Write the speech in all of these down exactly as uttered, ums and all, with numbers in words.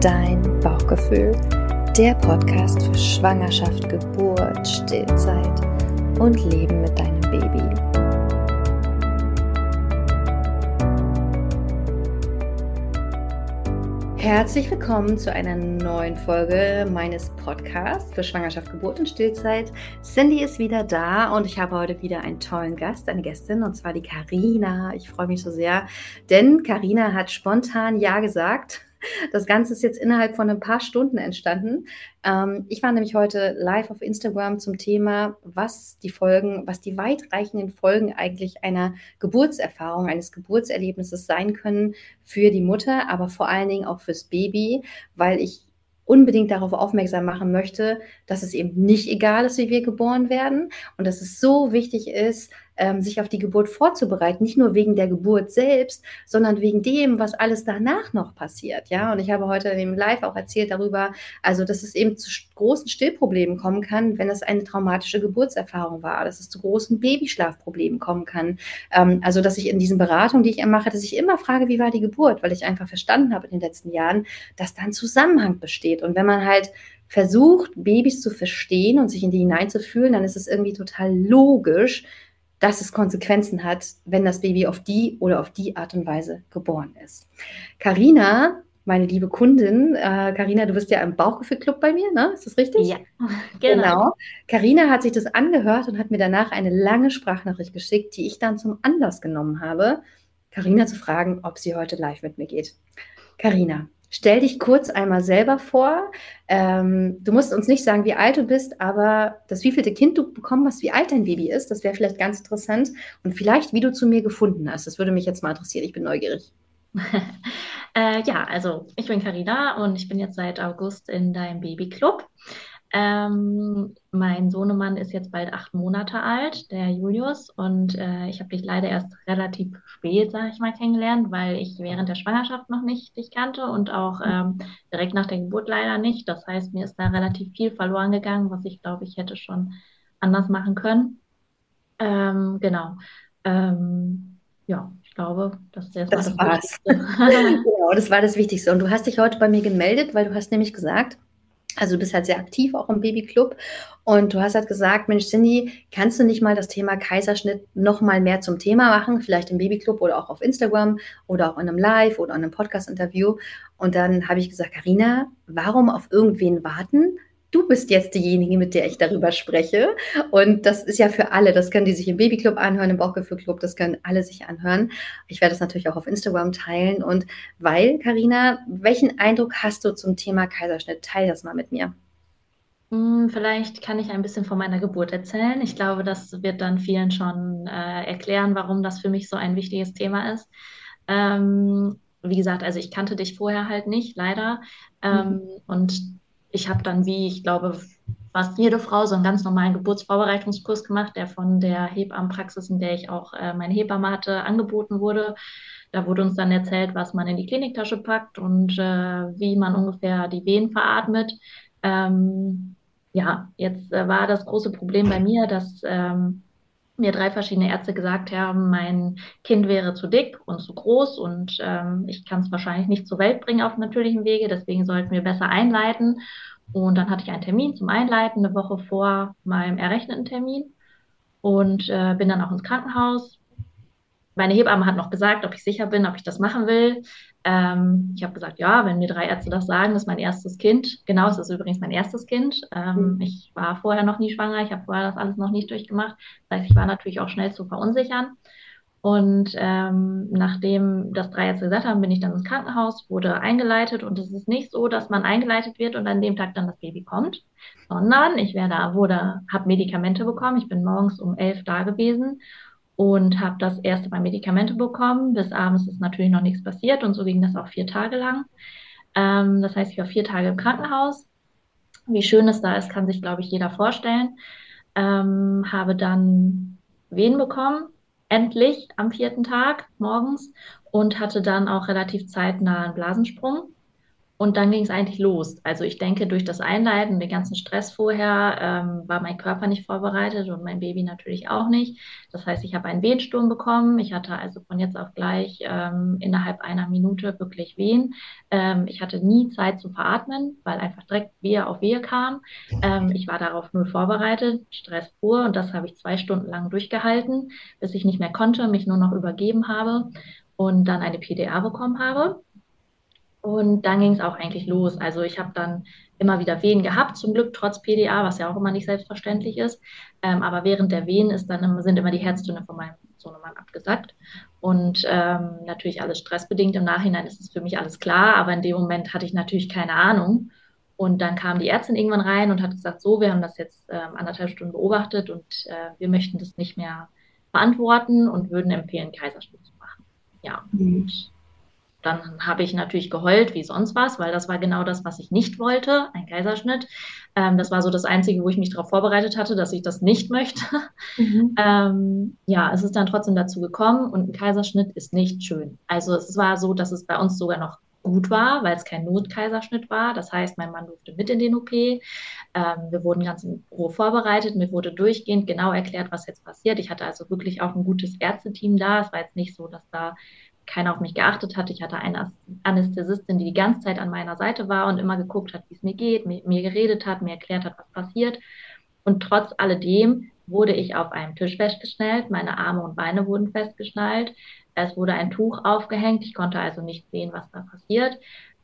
dein Bauchgefühl, der Podcast für Schwangerschaft, Geburt, Stillzeit und Leben mit deinem Baby. Herzlich willkommen zu einer neuen Folge meines Podcasts für Schwangerschaft, Geburt und Stillzeit. Cindy ist wieder da und ich habe heute wieder einen tollen Gast, eine Gästin, und zwar die Carina. Ich freue mich so sehr, denn Carina hat spontan Ja gesagt. Das Ganze ist jetzt innerhalb von ein paar Stunden entstanden. Ähm, ich war nämlich heute live auf Instagram zum Thema, was die Folgen, was die weitreichenden Folgen eigentlich einer Geburtserfahrung, eines Geburtserlebnisses sein können für die Mutter, aber vor allen Dingen auch fürs Baby, weil ich unbedingt darauf aufmerksam machen möchte, dass es eben nicht egal ist, wie wir geboren werden und dass es so wichtig ist, ähm, sich auf die Geburt vorzubereiten, nicht nur wegen der Geburt selbst, sondern wegen dem, was alles danach noch passiert. Ja, und ich habe heute im Live auch erzählt darüber, also dass es eben zu großen Stillproblemen kommen kann, wenn es eine traumatische Geburtserfahrung war, dass es zu großen Babyschlafproblemen kommen kann. Ähm, also dass ich in diesen Beratungen, die ich mache, dass ich immer frage, wie war die Geburt, weil ich einfach verstanden habe in den letzten Jahren, dass da ein Zusammenhang besteht. Und wenn man halt versucht, Babys zu verstehen und sich in die hineinzufühlen, dann ist es irgendwie total logisch, dass es Konsequenzen hat, wenn das Baby auf die oder auf die Art und Weise geboren ist. Carina, meine liebe Kundin, äh, Carina, du bist ja im Bauchgefühl-Club bei mir, ne? Ist das richtig? Ja, genau. Genau. Carina hat sich das angehört und hat mir danach eine lange Sprachnachricht geschickt, die ich dann zum Anlass genommen habe, Carina zu fragen, ob sie heute live mit mir geht. Carina, stell dich kurz einmal selber vor. Ähm, du musst uns nicht sagen, wie alt du bist, aber das wievielte Kind du bekommen hast, wie alt dein Baby ist, das wäre vielleicht ganz interessant. Und vielleicht, wie du zu mir gefunden hast. Das würde mich jetzt mal interessieren. Ich bin neugierig. äh, ja, also ich bin Carina und ich bin jetzt seit August in deinem Babyclub. Ähm, mein Sohnemann ist jetzt bald acht Monate alt, der Julius, und äh, ich habe dich leider erst relativ spät, sage ich mal, kennengelernt, weil ich während der Schwangerschaft noch nicht dich kannte und auch ähm, direkt nach der Geburt leider nicht. Das heißt, mir ist da relativ viel verloren gegangen, was ich glaube, ich hätte schon anders machen können. Ähm, genau. Ähm, ja, ich glaube, das ist erstmal Das das war's. Wichtigste. Genau, das war das Wichtigste. Und du hast dich heute bei mir gemeldet, weil du hast nämlich gesagt, also du bist halt sehr aktiv auch im Babyclub und du hast halt gesagt, Mensch, Cindy, kannst du nicht mal das Thema Kaiserschnitt noch mal mehr zum Thema machen, vielleicht im Babyclub oder auch auf Instagram oder auch in einem Live oder in einem Podcast-Interview. Und dann habe ich gesagt, Carina, warum auf irgendwen warten? Du bist jetzt diejenige, mit der ich darüber spreche. Und das ist ja für alle, das können die sich im Babyclub anhören, im Bauchgefühl-Club, das können alle sich anhören. Ich werde das natürlich auch auf Instagram teilen. Und weil, Carina, welchen Eindruck hast du zum Thema Kaiserschnitt? Teil das mal mit mir. Hm, Vielleicht kann ich ein bisschen von meiner Geburt erzählen. Ich glaube, das wird dann vielen schon äh, erklären, warum das für mich so ein wichtiges Thema ist. Ähm, wie gesagt, also ich kannte dich vorher halt nicht, leider. Mhm. Ähm, und ich habe dann, wie ich glaube, fast jede Frau so einen ganz normalen Geburtsvorbereitungskurs gemacht, der von der Hebammenpraxis, in der ich auch äh, meine Hebamme hatte, angeboten wurde. Da wurde uns dann erzählt, was man in die Kliniktasche packt und äh, wie man ungefähr die Wehen veratmet. Ähm, ja, jetzt äh, war das große Problem bei mir, dass ähm, mir drei verschiedene Ärzte gesagt haben, mein Kind wäre zu dick und zu groß und ähm, ich kann es wahrscheinlich nicht zur Welt bringen auf natürlichem Wege, deswegen sollten wir besser einleiten. Und dann hatte ich einen Termin zum Einleiten, eine Woche vor meinem errechneten Termin, und äh, bin dann auch ins Krankenhaus. Meine Hebamme hat noch gesagt, ob ich sicher bin, ob ich das machen will. Ähm, ich habe gesagt, ja, wenn mir drei Ärzte das sagen, das ist mein erstes Kind. Genau, es ist übrigens mein erstes Kind. Ähm, ich war vorher noch nie schwanger, ich habe vorher das alles noch nicht durchgemacht. Das heißt, ich war natürlich auch schnell zu verunsichern. Und ähm, nachdem das drei Ärzte gesagt haben, bin ich dann ins Krankenhaus, wurde eingeleitet. Und es ist nicht so, dass man eingeleitet wird und an dem Tag dann das Baby kommt, sondern ich werde, wurde, habe Medikamente bekommen. Ich bin morgens um elf da gewesen und habe das erste Mal Medikamente bekommen. Bis abends ist natürlich noch nichts passiert und so ging das auch vier Tage lang. Ähm, das heißt, ich war vier Tage im Krankenhaus. Wie schön es da ist, kann sich, glaube ich, jeder vorstellen. Ähm, habe dann Wehen bekommen, endlich am vierten Tag morgens, und hatte dann auch relativ zeitnah einen Blasensprung. Und dann ging es eigentlich los. Also ich denke, durch das Einleiten, den ganzen Stress vorher, ähm, war mein Körper nicht vorbereitet und mein Baby natürlich auch nicht. Das heißt, ich habe einen Wehensturm bekommen. Ich hatte also von jetzt auf gleich ähm, innerhalb einer Minute wirklich Wehen. Ähm, ich hatte nie Zeit zu veratmen, weil einfach direkt Wehe auf Wehe kam. Ähm, ich war darauf null vorbereitet, Stress pur, und das habe ich zwei Stunden lang durchgehalten, bis ich nicht mehr konnte, mich nur noch übergeben habe und dann eine P D A bekommen habe. Und dann ging es auch eigentlich los. Also ich habe dann immer wieder Wehen gehabt, zum Glück trotz P D A, was ja auch immer nicht selbstverständlich ist. Ähm, aber während der Wehen ist dann immer, sind immer die Herztöne von meinem Sohnemann abgesackt. Und ähm, natürlich alles stressbedingt. Im Nachhinein ist es für mich alles klar, aber in dem Moment hatte ich natürlich keine Ahnung. Und dann kam die Ärztin irgendwann rein und hat gesagt, so, wir haben das jetzt ähm, anderthalb Stunden beobachtet und äh, wir möchten das nicht mehr verantworten und würden empfehlen, Kaiserschnitt zu machen. Ja, Mhm. und dann habe ich natürlich geheult wie sonst was, weil das war genau das, was ich nicht wollte, ein Kaiserschnitt. Ähm, das war so das Einzige, wo ich mich darauf vorbereitet hatte, dass ich das nicht möchte. Mhm. Ähm, ja, es ist dann trotzdem dazu gekommen und ein Kaiserschnitt ist nicht schön. Also es war so, dass es bei uns sogar noch gut war, weil es kein Notkaiserschnitt war. Das heißt, mein Mann durfte mit in den O P. Ähm, wir wurden ganz in Ruhe vorbereitet. Mir wurde durchgehend genau erklärt, was jetzt passiert. Ich hatte also wirklich auch ein gutes Ärzteteam da. Es war jetzt nicht so, dass da keiner auf mich geachtet hat. Ich hatte eine Anästhesistin, die die ganze Zeit an meiner Seite war und immer geguckt hat, wie es mir geht, mit mir geredet hat, mir erklärt hat, was passiert. Und trotz alledem wurde ich auf einem Tisch festgeschnallt. Meine Arme und Beine wurden festgeschnallt. Es wurde ein Tuch aufgehängt. Ich konnte also nicht sehen, was da passiert.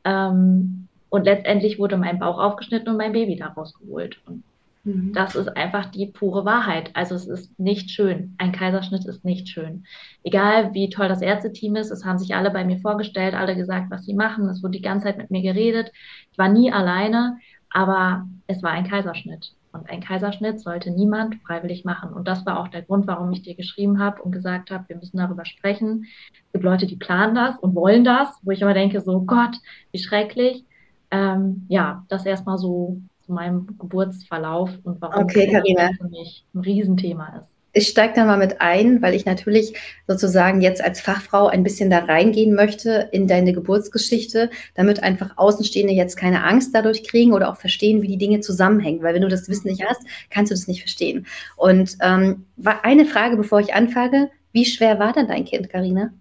Ähm, und letztendlich wurde mein Bauch aufgeschnitten und mein Baby da rausgeholt. Und Mhm. das ist einfach die pure Wahrheit. Also es ist nicht schön. Ein Kaiserschnitt ist nicht schön. Egal wie toll das Ärzteteam ist, es haben sich alle bei mir vorgestellt, alle gesagt, was sie machen. Es wurde die ganze Zeit mit mir geredet. Ich war nie alleine, aber es war ein Kaiserschnitt. Und ein Kaiserschnitt sollte niemand freiwillig machen. Und das war auch der Grund, warum ich dir geschrieben habe und gesagt habe, wir müssen darüber sprechen. Es gibt Leute, die planen das und wollen das, wo ich immer denke, so Gott, wie schrecklich. Ähm, ja, das erstmal so zu meinem Geburtsverlauf und warum Okay, Karina. Kaiserschnitt für mich ein Riesenthema ist. Ich steige da mal mit ein, weil ich natürlich sozusagen jetzt als Fachfrau ein bisschen da reingehen möchte in deine Geburtsgeschichte, damit einfach Außenstehende jetzt keine Angst dadurch kriegen oder auch verstehen, wie die Dinge zusammenhängen. Weil wenn du das Wissen nicht hast, kannst du das nicht verstehen. Und ähm, eine Frage, bevor ich anfange: Wie schwer war denn dein Kind, Karina?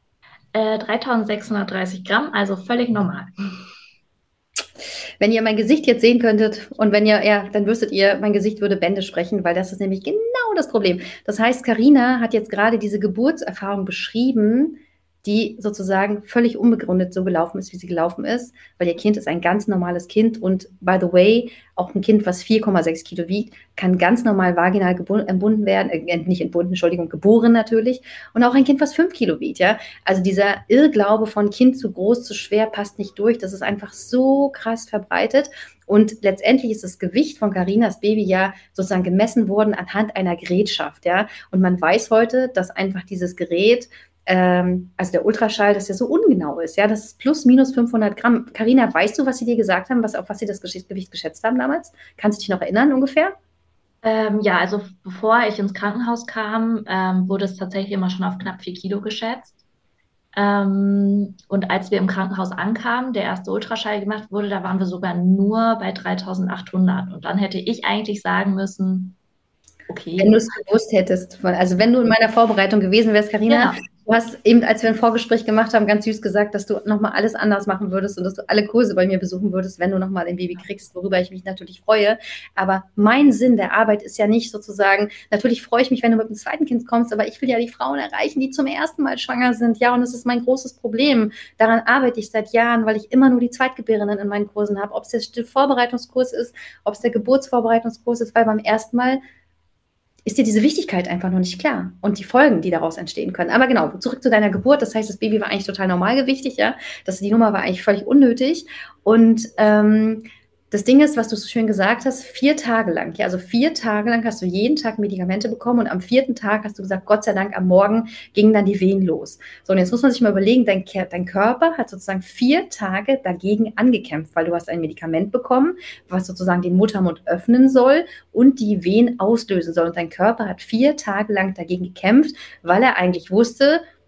Äh, dreitausendsechshundertdreißig Gramm, also völlig normal. Wenn ihr mein Gesicht jetzt sehen könntet und wenn ihr, ja, dann wüsstet ihr, mein Gesicht würde Bände sprechen, weil das ist nämlich genau das Problem. Das heißt, Karina hat jetzt gerade diese Geburtserfahrung beschrieben, die sozusagen völlig unbegründet so gelaufen ist, wie sie gelaufen ist, weil ihr Kind ist ein ganz normales Kind und by the way, auch ein Kind, was vier Komma sechs Kilo wiegt, kann ganz normal vaginal entbunden werden, äh, nicht entbunden, Entschuldigung, geboren natürlich, und auch ein Kind, was fünf Kilo wiegt, ja. Also dieser Irrglaube von Kind zu groß, zu schwer, passt nicht durch, das ist einfach so krass verbreitet. Und letztendlich ist das Gewicht von Carinas Baby ja sozusagen gemessen worden anhand einer Gerätschaft, ja. Und man weiß heute, dass einfach dieses Gerät, ähm, also der Ultraschall, dass der so ungenau ist, ja, das ist plus minus fünfhundert Gramm. Carina, weißt du, was sie dir gesagt haben, was, auf was sie das Gewicht geschätzt haben damals? Kannst du dich noch erinnern ungefähr? Ähm, ja, also bevor ich ins Krankenhaus kam, ähm, wurde es tatsächlich immer schon auf knapp vier Kilo geschätzt. Ähm, und als wir im Krankenhaus ankamen, der erste Ultraschall gemacht wurde, da waren wir sogar nur bei dreitausendachthundert. Und dann hätte ich eigentlich sagen müssen, Wenn du okay, es gewusst hättest, also wenn du in meiner Vorbereitung gewesen wärst, Carina, genau. du hast eben, als wir ein Vorgespräch gemacht haben, ganz süß gesagt, dass du nochmal alles anders machen würdest und dass du alle Kurse bei mir besuchen würdest, wenn du nochmal ein Baby kriegst, worüber ich mich natürlich freue. Aber mein Sinn der Arbeit ist ja nicht sozusagen, natürlich freue ich mich, wenn du mit dem zweiten Kind kommst, aber ich will ja die Frauen erreichen, die zum ersten Mal schwanger sind. Ja, und das ist mein großes Problem. Daran arbeite ich seit Jahren, weil ich immer nur die Zweitgebärenden in meinen Kursen habe. Ob es der Vorbereitungskurs ist, ob es der Geburtsvorbereitungskurs ist, weil beim ersten Mal ist dir diese Wichtigkeit einfach noch nicht klar und die Folgen, die daraus entstehen können. Aber genau, zurück zu deiner Geburt. Das heißt, das Baby war eigentlich total normalgewichtig, ja. Das, die Nummer war eigentlich völlig unnötig. Und ähm, das Ding ist, was du so schön gesagt hast, vier Tage lang, ja, also vier Tage lang hast du jeden Tag Medikamente bekommen und am vierten Tag hast du gesagt, Gott sei Dank, am Morgen gingen dann die Wehen los. So, und jetzt muss man sich mal überlegen, dein, dein Körper hat sozusagen vier Tage dagegen angekämpft, weil du hast ein Medikament bekommen, was sozusagen den Muttermund öffnen soll und die Wehen auslösen soll. Und dein Körper hat vier Tage lang dagegen gekämpft, weil er eigentlich wusste,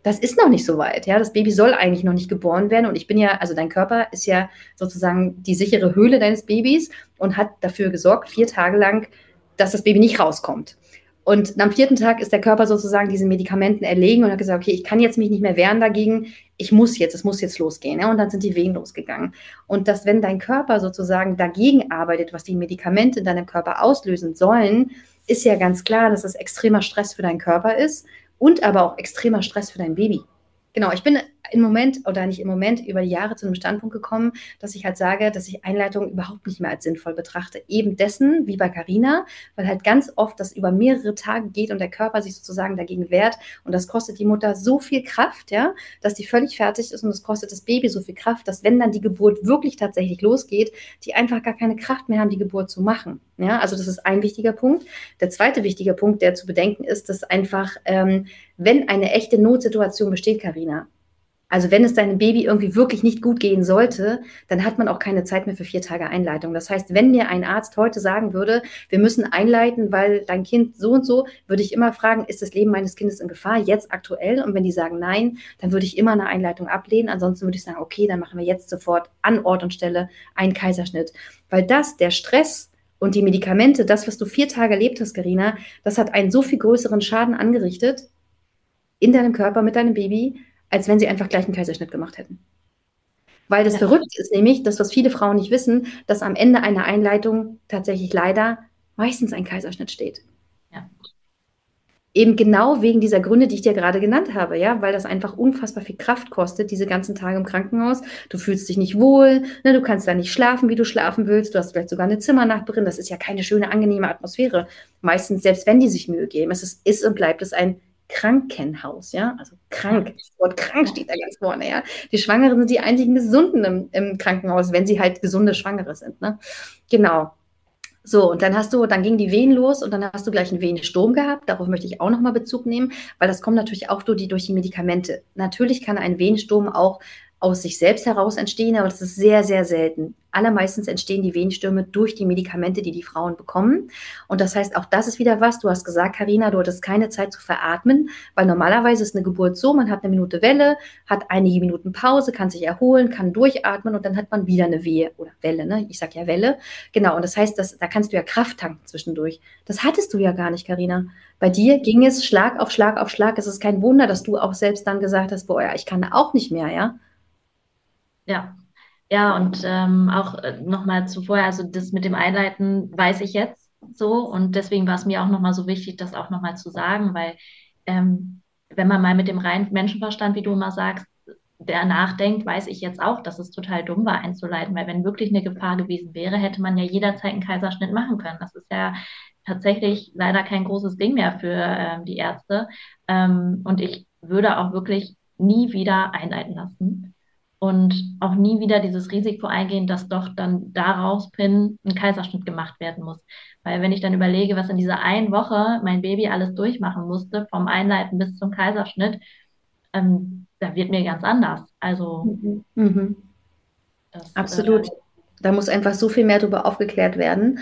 das ist noch nicht so weit. Ja? Das Baby soll eigentlich noch nicht geboren werden. Und ich bin ja, also dein Körper ist ja sozusagen die sichere Höhle deines Babys und hat dafür gesorgt, vier Tage lang, dass das Baby nicht rauskommt. Und am vierten Tag ist der Körper sozusagen diesen Medikamenten erlegen und hat gesagt, okay, ich kann jetzt mich nicht mehr wehren dagegen, ich muss jetzt, es muss jetzt losgehen. Ja? Und dann sind die Wehen losgegangen. Und dass, wenn dein Körper sozusagen dagegen arbeitet, was die Medikamente in deinem Körper auslösen sollen, ist ja ganz klar, dass das extremer Stress für deinen Körper ist und aber auch extremer Stress für dein Baby. Genau, ich bin im Moment, oder nicht im Moment, über die Jahre zu einem Standpunkt gekommen, dass ich halt sage, dass ich Einleitungen überhaupt nicht mehr als sinnvoll betrachte. Eben dessen, wie bei Carina, weil halt ganz oft das über mehrere Tage geht und der Körper sich sozusagen dagegen wehrt und das kostet die Mutter so viel Kraft, ja, dass die völlig fertig ist und es kostet das Baby so viel Kraft, dass wenn dann die Geburt wirklich tatsächlich losgeht, die einfach gar keine Kraft mehr haben, die Geburt zu machen. Ja, also das ist ein wichtiger Punkt. Der zweite wichtige Punkt, der zu bedenken ist, dass einfach, ähm, wenn eine echte Notsituation besteht, Carina, also wenn es deinem Baby irgendwie wirklich nicht gut gehen sollte, dann hat man auch keine Zeit mehr für vier Tage Einleitung. Das heißt, wenn mir ein Arzt heute sagen würde, wir müssen einleiten, weil dein Kind so und so, würde ich immer fragen, ist das Leben meines Kindes in Gefahr, jetzt aktuell? Und wenn die sagen nein, dann würde ich immer eine Einleitung ablehnen. Ansonsten würde ich sagen, okay, dann machen wir jetzt sofort an Ort und Stelle einen Kaiserschnitt. Weil das, der Stress und die Medikamente, das, was du vier Tage erlebt hast, Carina, das hat einen so viel größeren Schaden angerichtet in deinem Körper mit deinem Baby, als wenn sie einfach gleich einen Kaiserschnitt gemacht hätten. Weil das ja. Verrückte ist nämlich, das, was viele Frauen nicht wissen, dass am Ende einer Einleitung tatsächlich leider meistens ein Kaiserschnitt steht. Ja. Eben genau wegen dieser Gründe, die ich dir gerade genannt habe, ja, weil das einfach unfassbar viel Kraft kostet, diese ganzen Tage im Krankenhaus. Du fühlst dich nicht wohl, ne, du kannst da nicht schlafen, wie du schlafen willst, du hast vielleicht sogar eine Zimmernachbarin, das ist ja keine schöne, angenehme Atmosphäre. Meistens, selbst wenn die sich Mühe geben, es ist, ist und bleibt es ein Krankenhaus, ja, also krank, das Wort krank steht da ganz vorne, ja. Die Schwangeren sind die einzigen Gesunden im, im Krankenhaus, wenn sie halt gesunde Schwangere sind, ne. Genau. So, und dann hast du, dann gingen die Wehen los und dann hast du gleich einen Wehensturm gehabt. Darauf möchte ich auch nochmal Bezug nehmen, weil das kommt natürlich auch durch die, durch die Medikamente. Natürlich kann ein Wehensturm auch aus sich selbst heraus entstehen, aber das ist sehr, sehr selten. Allermeistens entstehen die Wehenstürme durch die Medikamente, die die Frauen bekommen. Und das heißt, auch das ist wieder was. Du hast gesagt, Carina, du hattest keine Zeit zu veratmen, weil normalerweise ist eine Geburt so, man hat eine Minute Welle, hat einige Minuten Pause, kann sich erholen, kann durchatmen und dann hat man wieder eine Wehe oder Welle, ne? Ich sag ja Welle. Genau, und das heißt, dass, da kannst du ja Kraft tanken zwischendurch. Das hattest du ja gar nicht, Carina. Bei dir ging es Schlag auf Schlag auf Schlag. Es ist kein Wunder, dass du auch selbst dann gesagt hast, boah, ja, ich kann auch nicht mehr, ja? Ja, ja, und ähm, auch äh, nochmal zuvor, also das mit dem Einleiten weiß ich jetzt so und deswegen war es mir auch nochmal so wichtig, das auch nochmal zu sagen, weil ähm, wenn man mal mit dem reinen Menschenverstand, wie du immer sagst, der nachdenkt, weiß ich jetzt auch, dass es total dumm war einzuleiten, weil wenn wirklich eine Gefahr gewesen wäre, hätte man ja jederzeit einen Kaiserschnitt machen können. Das ist ja tatsächlich leider kein großes Ding mehr für ähm, die Ärzte. Ähm, und ich würde auch wirklich nie wieder einleiten lassen und auch nie wieder dieses Risiko eingehen, dass doch dann daraus hin ein Kaiserschnitt gemacht werden muss. Weil wenn ich dann überlege, was in dieser einen Woche mein Baby alles durchmachen musste, vom Einleiten bis zum Kaiserschnitt, ähm, da wird mir ganz anders. Also Mhm. Mhm. das, Absolut. Äh, Da muss einfach so viel mehr darüber aufgeklärt werden.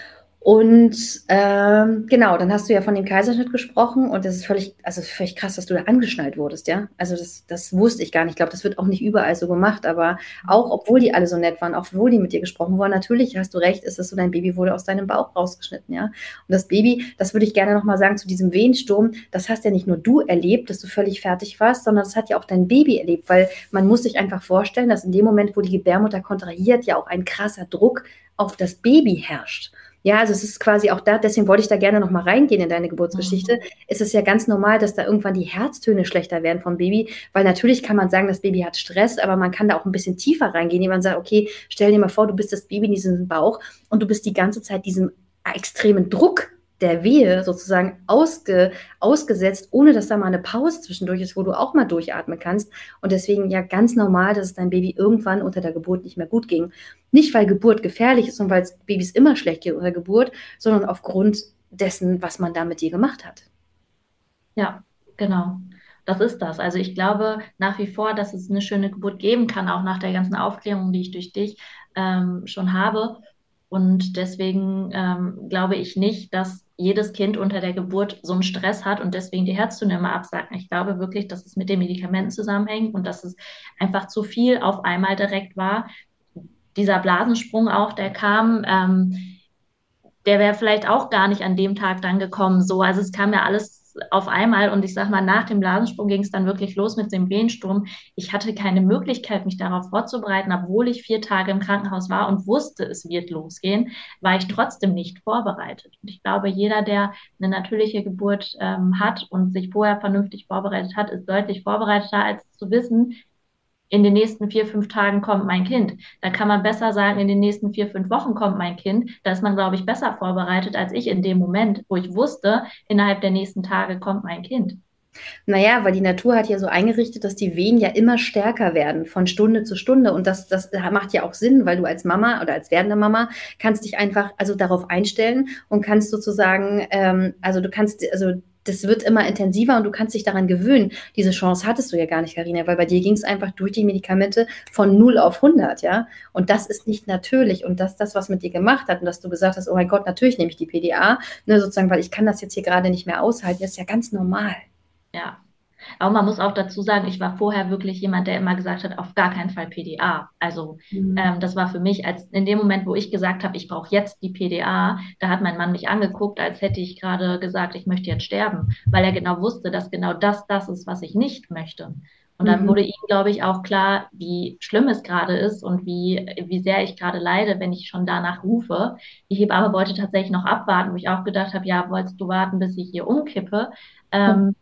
Und ähm, genau, dann hast du ja von dem Kaiserschnitt gesprochen und das ist völlig, also völlig krass, dass du da angeschnallt wurdest, ja. Also das, das wusste ich gar nicht. Ich glaube, das wird auch nicht überall so gemacht, aber auch obwohl die alle so nett waren, obwohl die mit dir gesprochen wurden, natürlich hast du recht, ist es so, dein Baby wurde aus deinem Bauch rausgeschnitten, ja. Und das Baby, das würde ich gerne nochmal sagen, zu diesem Wehensturm, das hast ja nicht nur du erlebt, dass du völlig fertig warst, sondern das hat ja auch dein Baby erlebt, weil man muss sich einfach vorstellen, dass in dem Moment, wo die Gebärmutter kontrahiert, ja auch ein krasser Druck auf das Baby herrscht. Ja, also es ist quasi auch da, deswegen wollte ich da gerne noch mal reingehen in deine Geburtsgeschichte. Mhm. Es ist ja ganz normal, dass da irgendwann die Herztöne schlechter werden vom Baby, weil natürlich kann man sagen, das Baby hat Stress, aber man kann da auch ein bisschen tiefer reingehen, indem man sagt, okay, stell dir mal vor, du bist das Baby in diesem Bauch und du bist die ganze Zeit diesem extremen Druck der Wehe sozusagen ausge, ausgesetzt, ohne dass da mal eine Pause zwischendurch ist, wo du auch mal durchatmen kannst. Und deswegen ja ganz normal, dass es deinem Baby irgendwann unter der Geburt nicht mehr gut ging. Nicht, weil Geburt gefährlich ist und weil es Babys immer schlecht geht unter der Geburt, sondern aufgrund dessen, was man da mit dir gemacht hat. Ja, genau. Das ist das. Also ich glaube nach wie vor, dass es eine schöne Geburt geben kann, auch nach der ganzen Aufklärung, die ich durch dich ähm, schon habe. Und deswegen ähm, glaube ich nicht, dass jedes Kind unter der Geburt so einen Stress hat und deswegen die Herztöne immer absacken. Ich glaube wirklich, dass es mit den Medikamenten zusammenhängt und dass es einfach zu viel auf einmal direkt war. Dieser Blasensprung auch, der kam, ähm, der wäre vielleicht auch gar nicht an dem Tag dann gekommen. So, also es kam ja alles auf einmal und ich sag mal, nach dem Blasensprung ging es dann wirklich los mit dem Wehensturm. Ich hatte keine Möglichkeit, mich darauf vorzubereiten, obwohl ich vier Tage im Krankenhaus war und wusste, es wird losgehen, war ich trotzdem nicht vorbereitet. Und ich glaube, jeder, der eine natürliche Geburt ähm, hat und sich vorher vernünftig vorbereitet hat, ist deutlich vorbereiteter, als zu wissen, in den nächsten vier, fünf Tagen kommt mein Kind. Da kann man besser sagen, in den nächsten vier, fünf Wochen kommt mein Kind. Da ist man, glaube ich, besser vorbereitet als ich in dem Moment, wo ich wusste, innerhalb der nächsten Tage kommt mein Kind. Naja, weil die Natur hat ja so eingerichtet, dass die Wehen ja immer stärker werden, von Stunde zu Stunde. Und das, das macht ja auch Sinn, weil du als Mama oder als werdende Mama kannst dich einfach also darauf einstellen und kannst sozusagen, ähm, also du kannst, also das wird immer intensiver und du kannst dich daran gewöhnen. Diese Chance hattest du ja gar nicht, Carina, weil bei dir ging es einfach durch die Medikamente von null auf hundert, ja. Und das ist nicht natürlich. Und dass das, was mit dir gemacht hat und dass du gesagt hast, oh mein Gott, natürlich nehme ich die P D A, ne, sozusagen, weil ich kann das jetzt hier gerade nicht mehr aushalten, ist ja ganz normal. Ja. Aber man muss auch dazu sagen, ich war vorher wirklich jemand, der immer gesagt hat, auf gar keinen Fall P D A. Also Mhm. ähm, das war für mich, als in dem Moment, wo ich gesagt habe, ich brauche jetzt die P D A, da hat mein Mann mich angeguckt, als hätte ich gerade gesagt, ich möchte jetzt sterben, weil er genau wusste, dass genau das das ist, was ich nicht möchte. Und dann Mhm. wurde ihm, glaube ich, auch klar, wie schlimm es gerade ist und wie, wie sehr ich gerade leide, wenn ich schon danach rufe. Die Hebamme wollte tatsächlich noch abwarten, wo ich auch gedacht habe, ja, wolltest du warten, bis ich hier umkippe? Ähm,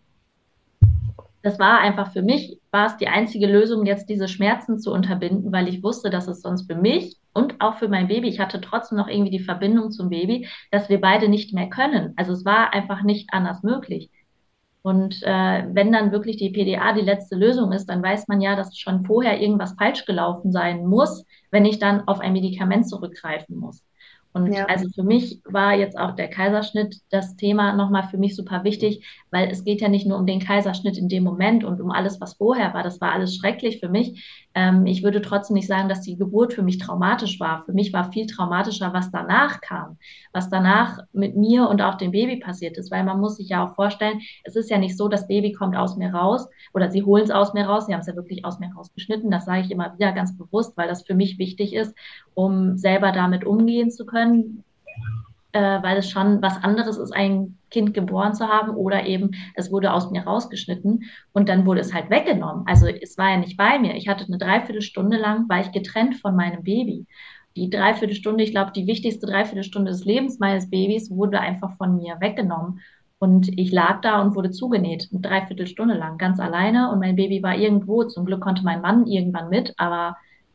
Das war einfach für mich, war es die einzige Lösung, jetzt diese Schmerzen zu unterbinden, weil ich wusste, dass es sonst für mich und auch für mein Baby, ich hatte trotzdem noch irgendwie die Verbindung zum Baby, dass wir beide nicht mehr können. Also es war einfach nicht anders möglich. Und äh, wenn dann wirklich die P D A die letzte Lösung ist, dann weiß man ja, dass schon vorher irgendwas falsch gelaufen sein muss, wenn ich dann auf ein Medikament zurückgreifen muss. Und Ja. also für mich war jetzt auch der Kaiserschnitt das Thema nochmal für mich super wichtig, weil es geht ja nicht nur um den Kaiserschnitt in dem Moment und um alles, was vorher war. Das war alles schrecklich für mich. Ähm, ich würde trotzdem nicht sagen, dass die Geburt für mich traumatisch war. Für mich war viel traumatischer, was danach kam, was danach mit mir und auch dem Baby passiert ist, weil man muss sich ja auch vorstellen, es ist ja nicht so, das Baby kommt aus mir raus oder sie holen es aus mir raus. Sie haben es ja wirklich aus mir rausgeschnitten. Das sage ich immer wieder ganz bewusst, weil das für mich wichtig ist, um selber damit umgehen zu können, äh, weil es schon was anderes ist, ein Kind geboren zu haben oder eben es wurde aus mir rausgeschnitten und dann wurde es halt weggenommen. Also es war ja nicht bei mir. Ich hatte eine Dreiviertelstunde lang, war ich getrennt von meinem Baby. Die Dreiviertelstunde, ich glaube, die wichtigste Dreiviertelstunde des Lebens meines Babys wurde einfach von mir weggenommen. Und ich lag da und wurde zugenäht, eine Dreiviertelstunde lang, ganz alleine. Und mein Baby war irgendwo. Zum Glück konnte mein Mann irgendwann mit, aber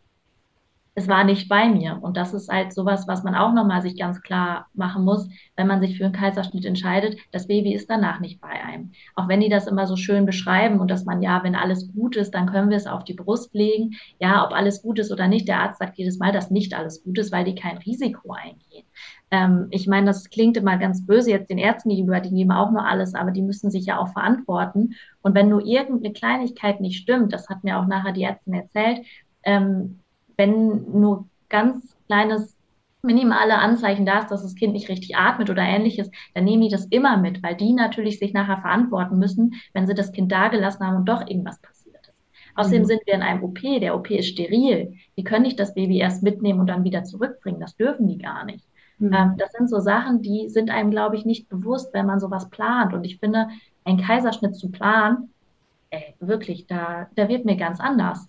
es war nicht bei mir. Und das ist halt sowas, was man auch nochmal sich ganz klar machen muss, wenn man sich für einen Kaiserschnitt entscheidet. Das Baby ist danach nicht bei einem. Auch wenn die das immer so schön beschreiben und dass man ja, wenn alles gut ist, dann können wir es auf die Brust legen. Ja, ob alles gut ist oder nicht. Der Arzt sagt jedes Mal, dass nicht alles gut ist, weil die kein Risiko eingehen. Ähm, ich meine, das klingt immer ganz böse jetzt den Ärzten gegenüber, die geben auch nur alles, aber die müssen sich ja auch verantworten. Und wenn nur irgendeine Kleinigkeit nicht stimmt, das hat mir auch nachher die Ärztin erzählt, ähm, wenn nur ganz kleines, minimale Anzeichen da ist, dass das Kind nicht richtig atmet oder ähnliches, dann nehmen die das immer mit, weil die natürlich sich nachher verantworten müssen, wenn sie das Kind dagelassen haben und doch irgendwas passiert ist. Außerdem Mhm. sind wir in einem O P, der O P ist steril. Die können nicht das Baby erst mitnehmen und dann wieder zurückbringen. Das dürfen die gar nicht. Mhm. Ähm, das sind so Sachen, die sind einem, glaube ich, nicht bewusst, wenn man sowas plant. Und ich finde, einen Kaiserschnitt zu planen, ey, wirklich, da, da wird mir ganz anders.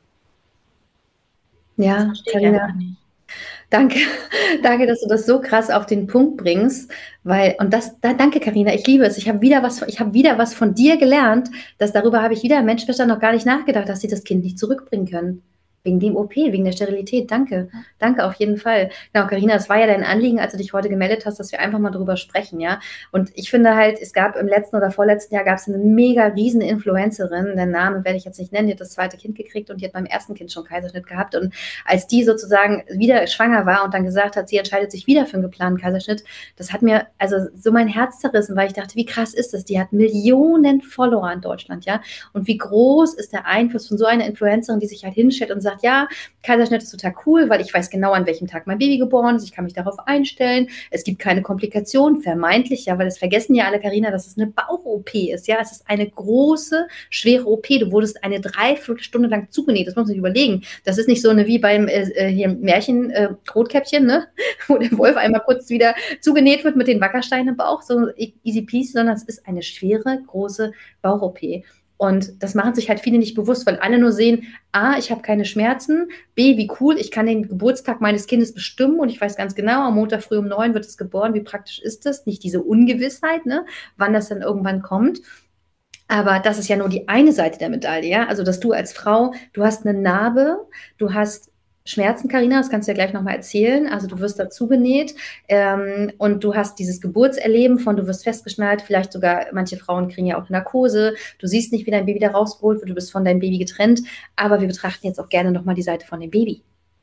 Das Ja, verstehe ich Carina, einfach nicht. danke. Danke, dass du das so krass auf den Punkt bringst, weil und das da danke, Carina, ich liebe es. Ich habe wieder was ich habe wieder was von dir gelernt, dass darüber habe ich wieder im Menschenverstand noch gar nicht nachgedacht, dass sie das Kind nicht zurückbringen können. Wegen dem O P, wegen der Sterilität. Danke. Danke auf jeden Fall. Genau, Carina, es war ja dein Anliegen, als du dich heute gemeldet hast, dass wir einfach mal drüber sprechen, ja. Und ich finde halt, es gab im letzten oder vorletzten Jahr gab es eine mega riesen Influencerin, den Namen werde ich jetzt nicht nennen, die hat das zweite Kind gekriegt und die hat beim ersten Kind schon Kaiserschnitt gehabt. Und als die sozusagen wieder schwanger war und dann gesagt hat, sie entscheidet sich wieder für einen geplanten Kaiserschnitt, das hat mir also so mein Herz zerrissen, weil ich dachte, wie krass ist das? Die hat Millionen Follower in Deutschland, ja. Und wie groß ist der Einfluss von so einer Influencerin, die sich halt hinstellt und sagt, gesagt, ja, Kaiserschnitt ist total cool, weil ich weiß genau, an welchem Tag mein Baby geboren ist. Ich kann mich darauf einstellen. Es gibt keine Komplikationen, vermeintlich, ja, weil das vergessen ja alle, Carina, dass es eine Bauch-O P ist. Ja, es ist eine große, schwere O P. Du wurdest eine Dreiviertelstunde lang zugenäht. Das muss man sich überlegen. Das ist nicht so eine wie beim äh, hier Märchen äh, Rotkäppchen, ne? Wo der Wolf einmal kurz wieder zugenäht wird mit den Wackersteinen im Bauch, so easy peasy, sondern es ist eine schwere, große Bauch-O P. Und das machen sich halt viele nicht bewusst, weil alle nur sehen, A, ich habe keine Schmerzen, B, wie cool, ich kann den Geburtstag meines Kindes bestimmen und ich weiß ganz genau, am Montag früh um neun wird es geboren, wie praktisch ist das? Nicht diese Ungewissheit, ne? Wann das dann irgendwann kommt. Aber das ist ja nur die eine Seite der Medaille, ja? Also, dass du als Frau, du hast eine Narbe, du hast Schmerzen, Carina, das kannst du ja gleich nochmal erzählen. Also du wirst dazu genäht ähm, und du hast dieses Geburtserleben von, du wirst festgeschnallt, vielleicht sogar, manche Frauen kriegen ja auch Narkose, du siehst nicht, wie dein Baby da rausgeholt wird, du bist von deinem Baby getrennt, aber wir betrachten jetzt auch gerne nochmal die Seite von dem Baby.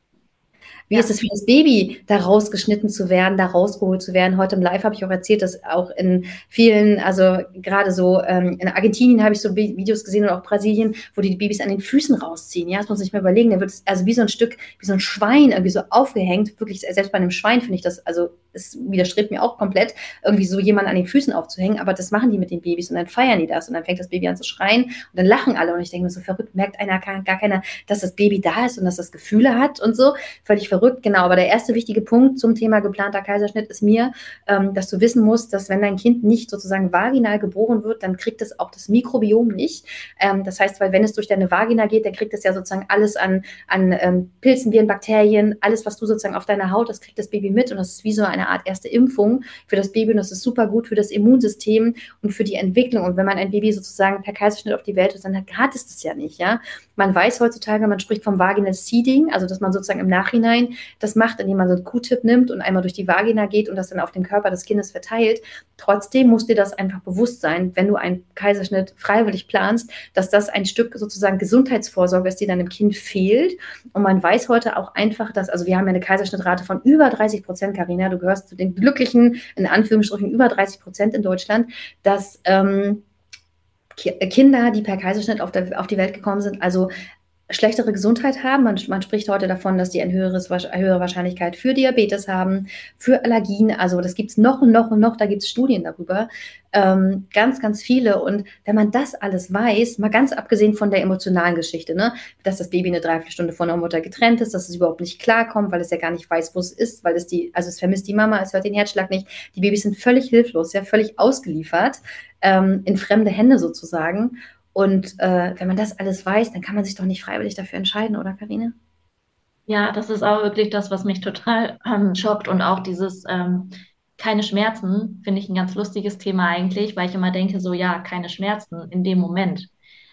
Wie Ja. ist es für das Baby, da rausgeschnitten zu werden, da rausgeholt zu werden? Heute im Live habe ich auch erzählt, dass auch in vielen, also gerade so ähm, in Argentinien habe ich so Videos gesehen und auch Brasilien, wo die, die Babys an den Füßen rausziehen. Ja, das muss man sich mal überlegen. Da wird es also wie so ein Stück, wie so ein Schwein irgendwie so aufgehängt. Wirklich, selbst bei einem Schwein finde ich das, also es widerstrebt mir auch komplett, irgendwie so jemanden an den Füßen aufzuhängen. Aber das machen die mit den Babys und dann feiern die das und dann fängt das Baby an zu schreien und dann lachen alle. Und ich denke mir so verrückt, merkt einer gar keiner, dass das Baby da ist und dass das Gefühle hat und so. Völlig verrückt, genau. Aber der erste wichtige Punkt zum Thema geplanter Kaiserschnitt ist mir, ähm, dass du wissen musst, dass wenn dein Kind nicht sozusagen vaginal geboren wird, dann kriegt es auch das Mikrobiom nicht. Ähm, das heißt, weil wenn es durch deine Vagina geht, dann kriegt es ja sozusagen alles an, an ähm, Pilzen, Viren, Bakterien, alles, was du sozusagen auf deiner Haut, das kriegt das Baby mit und das ist wie so eine Art erste Impfung für das Baby und das ist super gut für das Immunsystem und für die Entwicklung. Und wenn man ein Baby sozusagen per Kaiserschnitt auf die Welt ist, dann hat es das ja nicht, ja. Man weiß heutzutage, man spricht vom Vaginal Seeding, also dass man sozusagen im Nachhinein das macht, indem man so einen Q-Tip nimmt und einmal durch die Vagina geht und das dann auf dem Körper des Kindes verteilt. Trotzdem muss dir das einfach bewusst sein, wenn du einen Kaiserschnitt freiwillig planst, dass das ein Stück sozusagen Gesundheitsvorsorge ist, die deinem Kind fehlt. Und man weiß heute auch einfach, dass, also wir haben ja eine Kaiserschnittrate von über dreißig Prozent, Carina, du gehörst zu den glücklichen, in Anführungsstrichen, über dreißig Prozent in Deutschland, dass ähm, Kinder, die per Kaiserschnitt auf, der, auf die Welt gekommen sind, also schlechtere Gesundheit haben. Man, man spricht heute davon, dass die eine höheres, höhere Wahrscheinlichkeit für Diabetes haben, für Allergien. Also das gibt es noch und noch und noch, da gibt es Studien darüber. Ähm, ganz, ganz viele. Und wenn man das alles weiß, mal ganz abgesehen von der emotionalen Geschichte, ne, dass das Baby eine Dreiviertelstunde von der Mutter getrennt ist, dass es überhaupt nicht klarkommt, weil es ja gar nicht weiß, wo es ist, weil es die, also es vermisst die Mama, es hört den Herzschlag nicht. Die Babys sind völlig hilflos, ja, völlig ausgeliefert, ähm, in fremde Hände sozusagen. Und äh, wenn man das alles weiß, dann kann man sich doch nicht freiwillig dafür entscheiden, oder Carine? Ja, das ist auch wirklich das, was mich total ähm, schockt und auch dieses ähm, keine Schmerzen, finde ich ein ganz lustiges Thema eigentlich, weil ich immer denke, so ja, keine Schmerzen in dem Moment.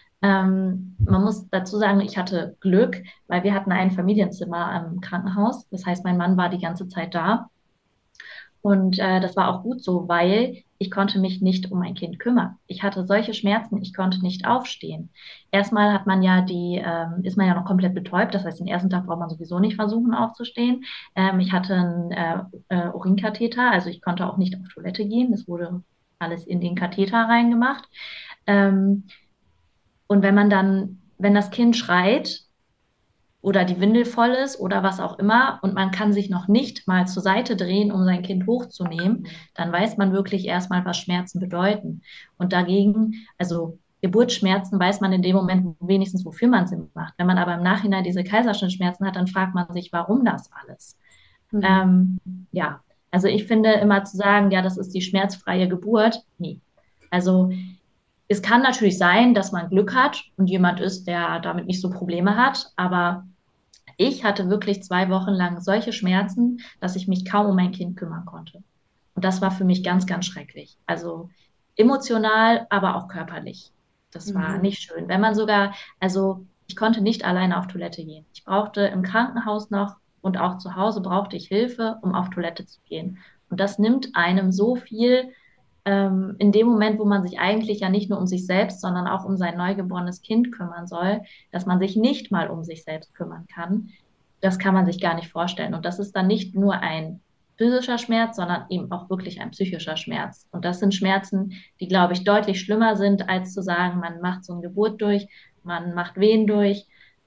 Ähm, man muss dazu sagen, ich hatte Glück, weil wir hatten ein Familienzimmer am Krankenhaus. Das heißt, mein Mann war die ganze Zeit da. Und äh, das war auch gut so, weil ich konnte mich nicht um mein Kind kümmern. Ich hatte solche Schmerzen, ich konnte nicht aufstehen. Erstmal hat man ja die, ähm, ist man ja noch komplett betäubt. Das heißt, den ersten Tag braucht man sowieso nicht versuchen aufzustehen. Ähm, ich hatte einen äh, äh, Urinkatheter, also ich konnte auch nicht auf Toilette gehen. Das wurde alles in den Katheter reingemacht. Ähm, und wenn man dann, wenn das Kind schreit, oder die Windel voll ist oder was auch immer und man kann sich noch nicht mal zur Seite drehen, um sein Kind hochzunehmen, dann weiß man wirklich erstmal, was Schmerzen bedeuten. Und dagegen, also Geburtsschmerzen weiß man in dem Moment wenigstens, wofür man sie macht. Wenn man aber im Nachhinein diese Kaiserschnittschmerzen hat, dann fragt man sich, warum das alles? Mhm. Ähm, ja, also ich finde immer zu sagen, ja, das ist die schmerzfreie Geburt, nee. Also es kann natürlich sein, dass man Glück hat und jemand ist, der damit nicht so Probleme hat, aber ich hatte wirklich zwei Wochen lang solche Schmerzen, dass ich mich kaum um mein Kind kümmern konnte. Und das war für mich ganz, ganz schrecklich. Also emotional, aber auch körperlich. Das war Mhm. nicht schön. Wenn man sogar, also ich konnte nicht alleine auf Toilette gehen. Ich brauchte im Krankenhaus noch und auch zu Hause brauchte ich Hilfe, um auf Toilette zu gehen. Und das nimmt einem so viel ähm, in dem Moment, wo man sich eigentlich ja nicht nur um sich selbst, sondern auch um sein neugeborenes Kind kümmern soll, dass man sich nicht mal um sich selbst kümmern kann, das kann man sich gar nicht vorstellen. Und das ist dann nicht nur ein physischer Schmerz, sondern eben auch wirklich ein psychischer Schmerz. Und das sind Schmerzen, die, glaube ich, deutlich schlimmer sind, als zu sagen, man macht so eine Geburt durch, man macht Wehen durch.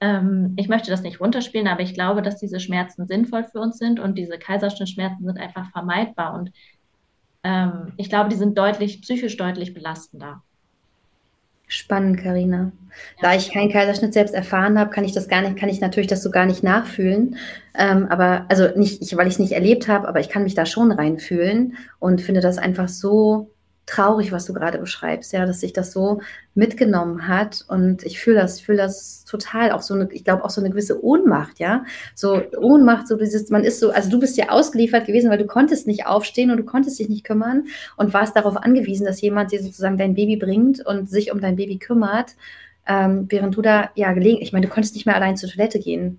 ähm, ich möchte das nicht runterspielen, aber ich glaube, dass diese Schmerzen sinnvoll für uns sind und diese Kaiserschnittschmerzen sind einfach vermeidbar. Und ähm, ich glaube, die sind deutlich, psychisch deutlich belastender. Spannend, Karina. Da Ja, ich keinen Kaiserschnitt selbst erfahren habe, kann ich das gar nicht, kann ich natürlich das so gar nicht nachfühlen. Ähm, aber also nicht, ich, weil ich es nicht erlebt habe, aber ich kann mich da schon reinfühlen und finde das einfach so traurig, was du gerade beschreibst, ja, dass sich das so mitgenommen hat. Und ich fühle das, ich fühle das total, auch so eine, ich glaube auch so eine gewisse Ohnmacht, ja. So Ohnmacht, so dieses, man ist so, also du bist ja ausgeliefert gewesen, weil du konntest nicht aufstehen und du konntest dich nicht kümmern und warst darauf angewiesen, dass jemand dir sozusagen dein Baby bringt und sich um dein Baby kümmert, ähm, während du da ja gelegen, ich meine, du konntest nicht mehr allein zur Toilette gehen.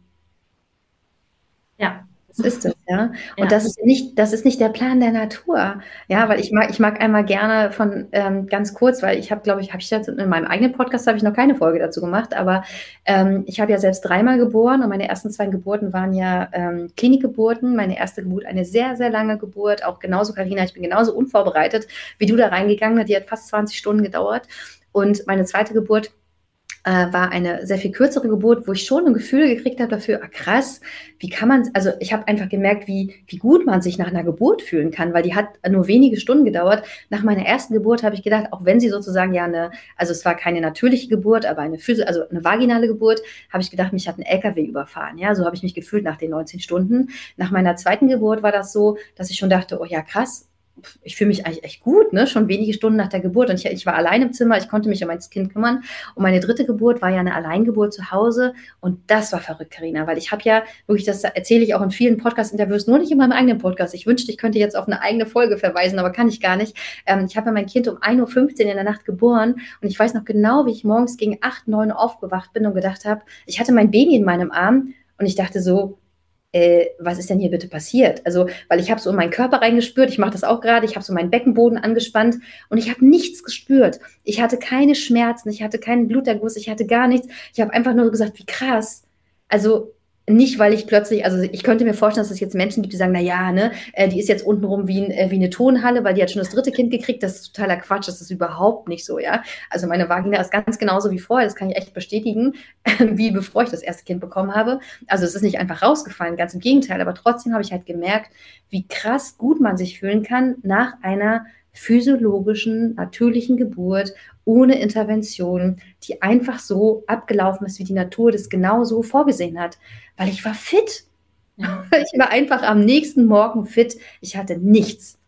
ja, Das ist es, ja. Und ja. das ist nicht, das ist nicht der Plan der Natur. Ja, weil ich mag, ich mag einmal gerne von ähm, ganz kurz, weil ich habe, glaube ich, habe ich jetzt in meinem eigenen Podcast habe ich noch keine Folge dazu gemacht, aber ähm, ich habe ja selbst dreimal geboren und meine ersten zwei Geburten waren ja ähm, Klinikgeburten. Meine erste Geburt eine sehr, sehr lange Geburt, auch genauso, Carina, ich bin genauso unvorbereitet, wie du da reingegangen. Die hat fast zwanzig Stunden gedauert. Und meine zweite Geburt äh, war eine sehr viel kürzere Geburt, wo ich schon ein Gefühl gekriegt habe dafür, ah, krass, wie kann man, also ich habe einfach gemerkt, wie, wie gut man sich nach einer Geburt fühlen kann, weil die hat nur wenige Stunden gedauert. Nach meiner ersten Geburt habe ich gedacht, auch wenn sie sozusagen ja eine, also es war keine natürliche Geburt, aber eine Physio, also eine vaginale Geburt, habe ich gedacht, mich hat ein L K W überfahren. Ja, so habe ich mich gefühlt nach den neunzehn Stunden. Nach meiner zweiten Geburt war das so, dass ich schon dachte, oh ja, krass, ich fühle mich eigentlich echt gut, ne? Schon wenige Stunden nach der Geburt. Und ich, ich war allein im Zimmer, ich konnte mich um mein Kind kümmern. Und meine dritte Geburt war ja eine Alleingeburt zu Hause. Und das war verrückt, Carina, weil ich habe ja wirklich, das erzähle ich auch in vielen Podcast-Interviews, nur nicht in meinem eigenen Podcast. Ich wünschte, ich könnte jetzt auf eine eigene Folge verweisen, aber kann ich gar nicht. Ähm, ich habe ja mein Kind um ein Uhr fünfzehn in der Nacht geboren. Und ich weiß noch genau, wie ich morgens gegen acht, neun Uhr aufgewacht bin und gedacht habe, ich hatte mein Baby in meinem Arm und ich dachte so, äh, was ist denn hier bitte passiert? Also, weil ich habe so in meinen Körper reingespürt, ich mache das auch gerade, ich habe so meinen Beckenboden angespannt und ich habe nichts gespürt. Ich hatte keine Schmerzen, ich hatte keinen Bluterguss, ich hatte gar nichts. Ich habe einfach nur gesagt, wie krass. Also nicht, weil ich plötzlich, also ich könnte mir vorstellen, dass es jetzt Menschen gibt, die sagen, na ja, ne, äh, die ist jetzt untenrum wie, ein, äh, wie eine Tonhalle, weil die hat schon das dritte Kind gekriegt. Das ist totaler Quatsch, das ist überhaupt nicht so, ja. Also meine Vagina ist ganz genauso wie vorher, das kann ich echt bestätigen, wie bevor ich das erste Kind bekommen habe. Also es ist nicht einfach rausgefallen, ganz im Gegenteil, aber trotzdem habe ich halt gemerkt, wie krass gut man sich fühlen kann nach einer physiologischen, natürlichen Geburt ohne Intervention, die einfach so abgelaufen ist, wie die Natur das genau so vorgesehen hat. Weil ich war fit. Ja, Ich war einfach am nächsten Morgen fit. Ich hatte nichts.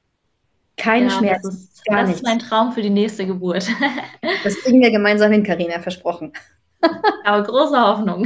Keine ja, das Schmerzen, ist, gar das ist nichts. mein Traum für die nächste Geburt. Das kriegen wir gemeinsam hin, Carina, versprochen. Aber große Hoffnung.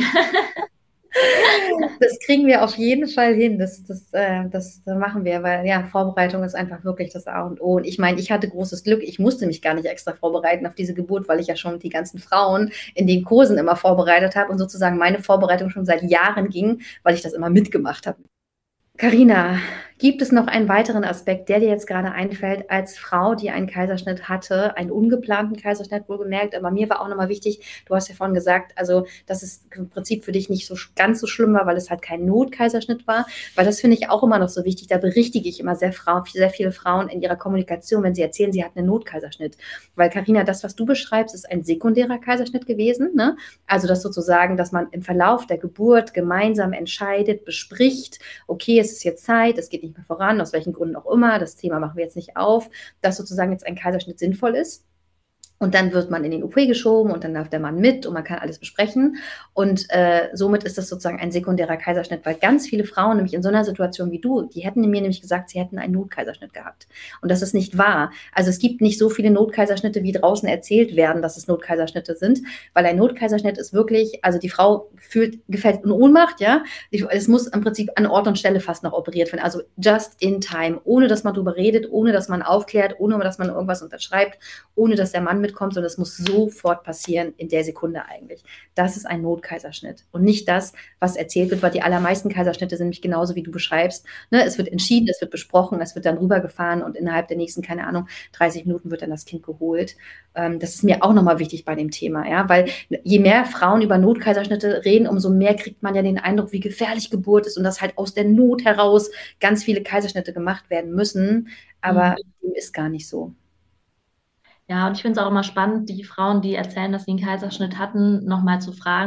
Das kriegen wir auf jeden Fall hin. Das, das, äh, das machen wir, weil ja, Vorbereitung ist einfach wirklich das A und O. Und ich meine, ich hatte großes Glück. Ich musste mich gar nicht extra vorbereiten auf diese Geburt, weil ich ja schon die ganzen Frauen in den Kursen immer vorbereitet habe und sozusagen meine Vorbereitung schon seit Jahren ging, weil ich das immer mitgemacht habe. Carina, gibt es noch einen weiteren Aspekt, der dir jetzt gerade einfällt, als Frau, die einen Kaiserschnitt hatte, einen ungeplanten Kaiserschnitt wohlgemerkt, aber mir war auch nochmal wichtig, du hast ja vorhin gesagt, also dass es im Prinzip für dich nicht so ganz so schlimm war, weil es halt kein Notkaiserschnitt war, weil das finde ich auch immer noch so wichtig, da berichtige ich immer sehr, Frau, sehr viele Frauen in ihrer Kommunikation, wenn sie erzählen, sie hatten einen Notkaiserschnitt, weil Carina, das, was du beschreibst, ist ein sekundärer Kaiserschnitt gewesen, ne? Also das sozusagen, dass man im Verlauf der Geburt gemeinsam entscheidet, bespricht, okay, es ist jetzt Zeit, es geht nicht mehr voran, aus welchen Gründen auch immer, das Thema machen wir jetzt nicht auf, dass sozusagen jetzt ein Kaiserschnitt sinnvoll ist. Und dann wird man in den O P geschoben und dann darf der Mann mit und man kann alles besprechen. Und äh, somit ist das sozusagen ein sekundärer Kaiserschnitt, weil ganz viele Frauen, nämlich in so einer Situation wie du, die hätten mir nämlich gesagt, sie hätten einen Notkaiserschnitt gehabt. Und das ist nicht wahr. Also es gibt nicht so viele Notkaiserschnitte, wie draußen erzählt werden, dass es Notkaiserschnitte sind, weil ein Notkaiserschnitt ist wirklich, also die Frau fühlt, gefällt in Ohnmacht, ja. Es muss im Prinzip an Ort und Stelle fast noch operiert werden. Also just in time, ohne dass man darüber redet, ohne dass man aufklärt, ohne dass man irgendwas unterschreibt, ohne dass der Mann mit kommt, sondern es muss sofort passieren, in der Sekunde eigentlich. Das ist ein Notkaiserschnitt und nicht das, was erzählt wird, weil die allermeisten Kaiserschnitte sind nämlich genauso, wie du beschreibst. Ne? Es wird entschieden, es wird besprochen, es wird dann rübergefahren und innerhalb der nächsten, keine Ahnung, dreißig Minuten wird dann das Kind geholt. Ähm, das ist mir auch nochmal wichtig bei dem Thema, ja, weil je mehr Frauen über Notkaiserschnitte reden, umso mehr kriegt man ja den Eindruck, wie gefährlich Geburt ist und dass halt aus der Not heraus ganz viele Kaiserschnitte gemacht werden müssen, aber dem ist gar nicht so. Ja, und ich finde es auch immer spannend, die Frauen, die erzählen, dass sie einen Kaiserschnitt hatten, nochmal zu fragen, wie es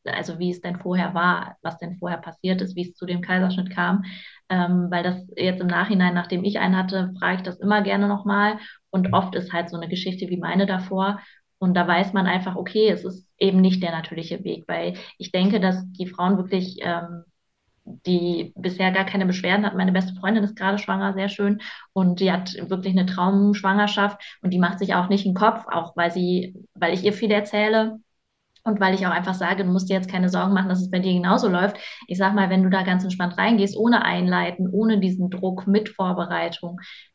also wie es denn vorher war, was denn vorher passiert ist, wie es zu dem Kaiserschnitt kam. Ähm, weil das jetzt im Nachhinein, nachdem ich einen hatte, frage ich das immer gerne nochmal. Und oft ist halt so eine Geschichte wie meine davor. Und da weiß man einfach, okay, es ist eben nicht der natürliche Weg, weil ich denke, dass die Frauen wirklich, ähm, die bisher gar keine Beschwerden hat. Meine beste Freundin ist gerade schwanger, sehr schön. Und die hat wirklich eine Traumschwangerschaft und die macht sich auch nicht den Kopf, auch weil sie, weil ich ihr viel erzähle. Und weil ich auch einfach sage, du musst dir jetzt keine Sorgen machen, dass es bei dir genauso läuft. Ich sag mal, wenn du da ganz entspannt reingehst, ohne Einleiten, ohne diesen Druck, mit Vorbereitung,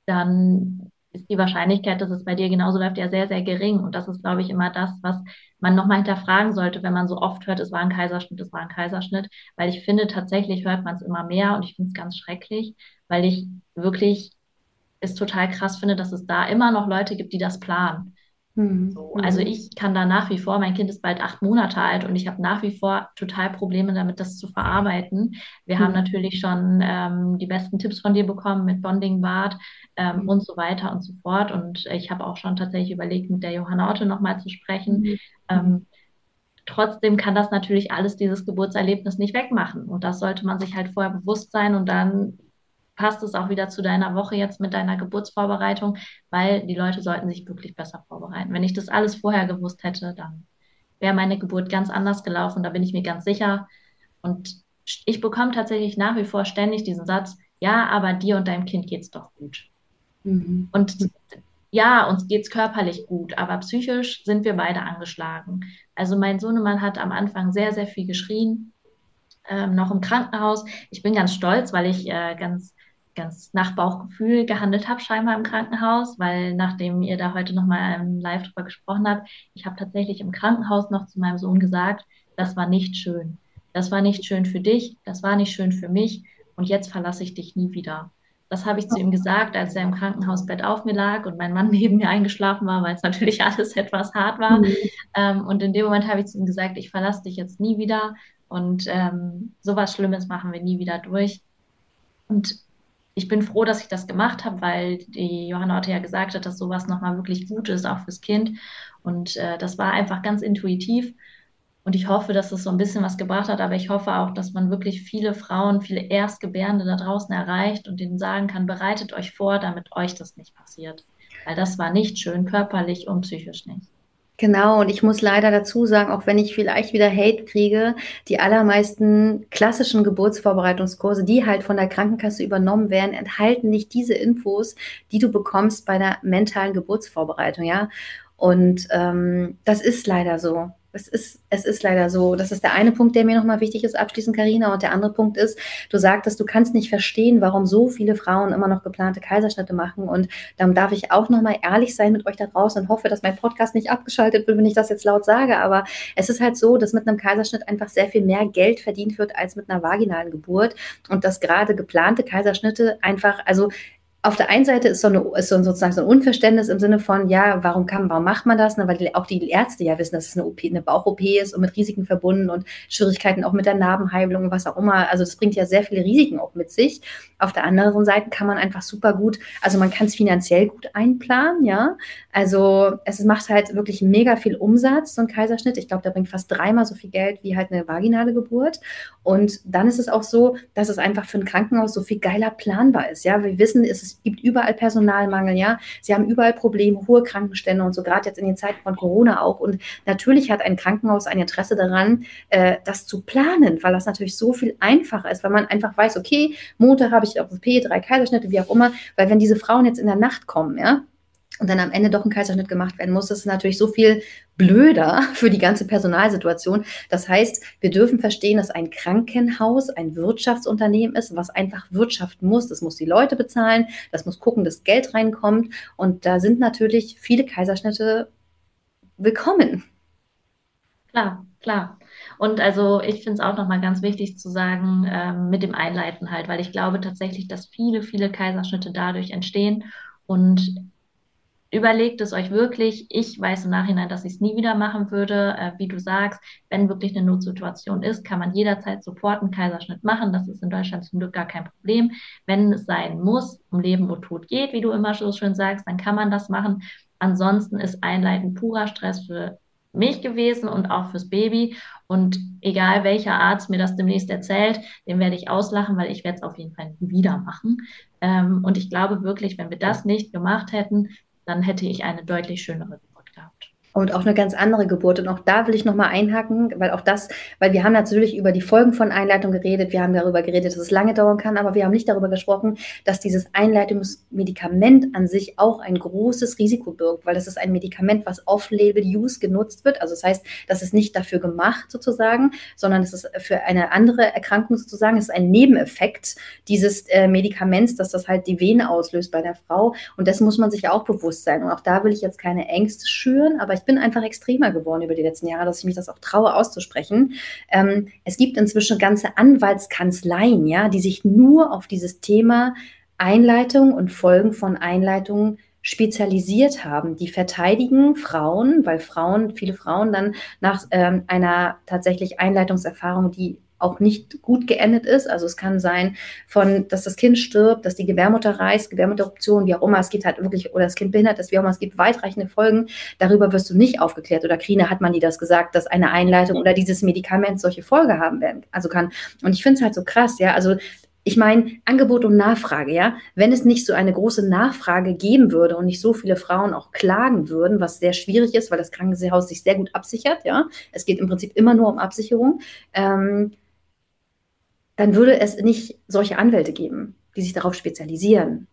dann ist die Wahrscheinlichkeit, dass es bei dir genauso läuft, ja sehr, sehr gering. Und das ist, glaube ich, immer das, was man nochmal hinterfragen sollte, wenn man so oft hört, es war ein Kaiserschnitt, es war ein Kaiserschnitt. Weil ich finde, tatsächlich hört man es immer mehr und ich finde es ganz schrecklich, weil ich wirklich es total krass finde, dass es da immer noch Leute gibt, die das planen. Mhm. So, also Mhm. ich kann da nach wie vor, mein Kind ist bald acht Monate alt und ich habe nach wie vor total Probleme damit, das zu verarbeiten. Wir haben Mhm. natürlich schon ähm, die besten Tipps von dir bekommen mit Bonding Bad ähm, Mhm. und so weiter und so fort. Und ich habe auch schon tatsächlich überlegt, mit der Johanna Otte nochmal zu sprechen. Mhm. Mhm. Ähm, Trotzdem kann das natürlich alles dieses Geburtserlebnis nicht wegmachen. Und das sollte man sich halt vorher bewusst sein. Und dann passt es auch wieder zu deiner Woche jetzt mit deiner Geburtsvorbereitung, weil die Leute sollten sich wirklich besser vorbereiten. Wenn ich das alles vorher gewusst hätte, dann wäre meine Geburt ganz anders gelaufen. Da bin ich mir ganz sicher. Und ich bekomme tatsächlich nach wie vor ständig diesen Satz, ja, aber dir und deinem Kind geht's doch gut. Mhm. Und ja, uns geht's körperlich gut, aber psychisch sind wir beide angeschlagen. Also mein Sohnemann hat am Anfang sehr, sehr viel geschrien, ähm, noch im Krankenhaus. Ich bin ganz stolz, weil ich äh, ganz, ganz nach Bauchgefühl gehandelt habe, scheinbar im Krankenhaus, weil nachdem ihr da heute nochmal ähm, live drüber gesprochen habt, ich habe tatsächlich im Krankenhaus noch zu meinem Sohn gesagt, das war nicht schön. Das war nicht schön für dich, das war nicht schön für mich und jetzt verlasse ich dich nie wieder. Das habe ich zu ihm gesagt, als er im Krankenhausbett auf mir lag und mein Mann neben mir eingeschlafen war, weil es natürlich alles etwas hart war. Mhm. Ähm, und in dem Moment habe ich zu ihm gesagt, ich verlasse dich jetzt nie wieder und ähm, sowas Schlimmes machen wir nie wieder durch. Und ich bin froh, dass ich das gemacht habe, weil die Johanna Otte ja gesagt hat, dass sowas nochmal wirklich gut ist, auch fürs Kind. Und äh, das war einfach ganz intuitiv. Und ich hoffe, dass es so ein bisschen was gebracht hat, aber ich hoffe auch, dass man wirklich viele Frauen, viele Erstgebärende da draußen erreicht und denen sagen kann, bereitet euch vor, damit euch das nicht passiert. Weil das war nicht schön, körperlich und psychisch nicht. Genau, und ich muss leider dazu sagen, auch wenn ich vielleicht wieder Hate kriege, die allermeisten klassischen Geburtsvorbereitungskurse, die halt von der Krankenkasse übernommen werden, enthalten nicht diese Infos, die du bekommst bei der mentalen Geburtsvorbereitung, ja. Und ähm, das ist leider so. Es ist, es ist leider so. Das ist der eine Punkt, der mir nochmal wichtig ist, abschließend, Carina. Und der andere Punkt ist, du sagtest, du kannst nicht verstehen, warum so viele Frauen immer noch geplante Kaiserschnitte machen. Und dann darf ich auch nochmal ehrlich sein mit euch da draußen und hoffe, dass mein Podcast nicht abgeschaltet wird, wenn ich das jetzt laut sage. Aber es ist halt so, dass mit einem Kaiserschnitt einfach sehr viel mehr Geld verdient wird als mit einer vaginalen Geburt. Und dass gerade geplante Kaiserschnitte einfach, also auf der einen Seite ist so, eine, ist so sozusagen so ein Unverständnis im Sinne von, ja, warum kann, warum macht man das? Ne? Weil die, auch die Ärzte ja wissen, dass es eine, O P, eine Bauch-O P ist und mit Risiken verbunden und Schwierigkeiten auch mit der Narbenheilung und was auch immer. Also das bringt ja sehr viele Risiken auch mit sich. Auf der anderen Seite kann man einfach super gut, also man kann es finanziell gut einplanen, ja. Also es macht halt wirklich mega viel Umsatz, so ein Kaiserschnitt. Ich glaube, der bringt fast dreimal so viel Geld wie halt eine vaginale Geburt. Und dann ist es auch so, dass es einfach für ein Krankenhaus so viel geiler planbar ist. Ja, wir wissen, es gibt überall Personalmangel. Ja, sie haben überall Probleme, hohe Krankenstände und so, gerade jetzt in den Zeiten von Corona auch. Und natürlich hat ein Krankenhaus ein Interesse daran, äh, das zu planen, weil das natürlich so viel einfacher ist, weil man einfach weiß, okay, Montag habe ich auf O P, drei Kaiserschnitte, wie auch immer. Weil wenn diese Frauen jetzt in der Nacht kommen, ja, und dann am Ende doch ein Kaiserschnitt gemacht werden muss, das ist natürlich so viel blöder für die ganze Personalsituation. Das heißt, wir dürfen verstehen, dass ein Krankenhaus ein Wirtschaftsunternehmen ist, was einfach wirtschaften muss. Das muss die Leute bezahlen, das muss gucken, dass Geld reinkommt. Und da sind natürlich viele Kaiserschnitte willkommen. Klar, klar. Und also ich finde es auch nochmal ganz wichtig zu sagen, ähm, mit dem Einleiten halt, weil ich glaube tatsächlich, dass viele, viele Kaiserschnitte dadurch entstehen. Und überlegt es euch wirklich. Ich weiß im Nachhinein, dass ich es nie wieder machen würde. Äh, wie du sagst, wenn wirklich eine Notsituation ist, kann man jederzeit sofort einen Kaiserschnitt machen. Das ist in Deutschland zum Glück gar kein Problem. Wenn es sein muss, um Leben und Tod geht, wie du immer so schön sagst, dann kann man das machen. Ansonsten ist Einleiten purer Stress für mich gewesen und auch fürs Baby. Und egal welcher Arzt mir das demnächst erzählt, den werde ich auslachen, weil ich werde es auf jeden Fall nie wieder machen. Ähm, und ich glaube wirklich, wenn wir das nicht gemacht hätten, dann hätte ich eine deutlich schönere Geburt gehabt. Und auch eine ganz andere Geburt. Und auch da will ich nochmal einhaken, weil auch das, weil wir haben natürlich über die Folgen von Einleitung geredet, wir haben darüber geredet, dass es lange dauern kann, aber wir haben nicht darüber gesprochen, dass dieses Einleitungsmedikament an sich auch ein großes Risiko birgt, weil das ist ein Medikament, was off-label-use genutzt wird. Also das heißt, das ist nicht dafür gemacht sozusagen, sondern es ist für eine andere Erkrankung sozusagen, es ist ein Nebeneffekt dieses äh, Medikaments, dass das halt die Vene auslöst bei der Frau. Und das muss man sich ja auch bewusst sein. Und auch da will ich jetzt keine Ängste schüren, aber ich bin einfach extremer geworden über die letzten Jahre, dass ich mich das auch traue auszusprechen. Ähm, es gibt inzwischen ganze Anwaltskanzleien, ja, die sich nur auf dieses Thema Einleitung und Folgen von Einleitungen spezialisiert haben. Die verteidigen Frauen, weil Frauen, viele Frauen dann nach ähm, einer tatsächlich Einleitungserfahrung, die auch nicht gut geendet ist. Also es kann sein, von, dass das Kind stirbt, dass die Gebärmutter reißt, Gebärmutterruption, wie auch immer, es gibt halt wirklich, oder das Kind behindert ist, wie auch immer, es gibt weitreichende Folgen. Darüber wirst du nicht aufgeklärt. Oder Krine, hat man dir das gesagt, dass eine Einleitung oder dieses Medikament solche Folge haben werden, also kann. Und ich finde es halt so krass, ja, also ich meine, Angebot und Nachfrage, ja. Wenn es nicht so eine große Nachfrage geben würde und nicht so viele Frauen auch klagen würden, was sehr schwierig ist, weil das Krankenhaus sich sehr gut absichert, ja. Es geht im Prinzip immer nur um Absicherung. Ähm, dann würde es nicht solche Anwälte geben, die sich darauf spezialisieren,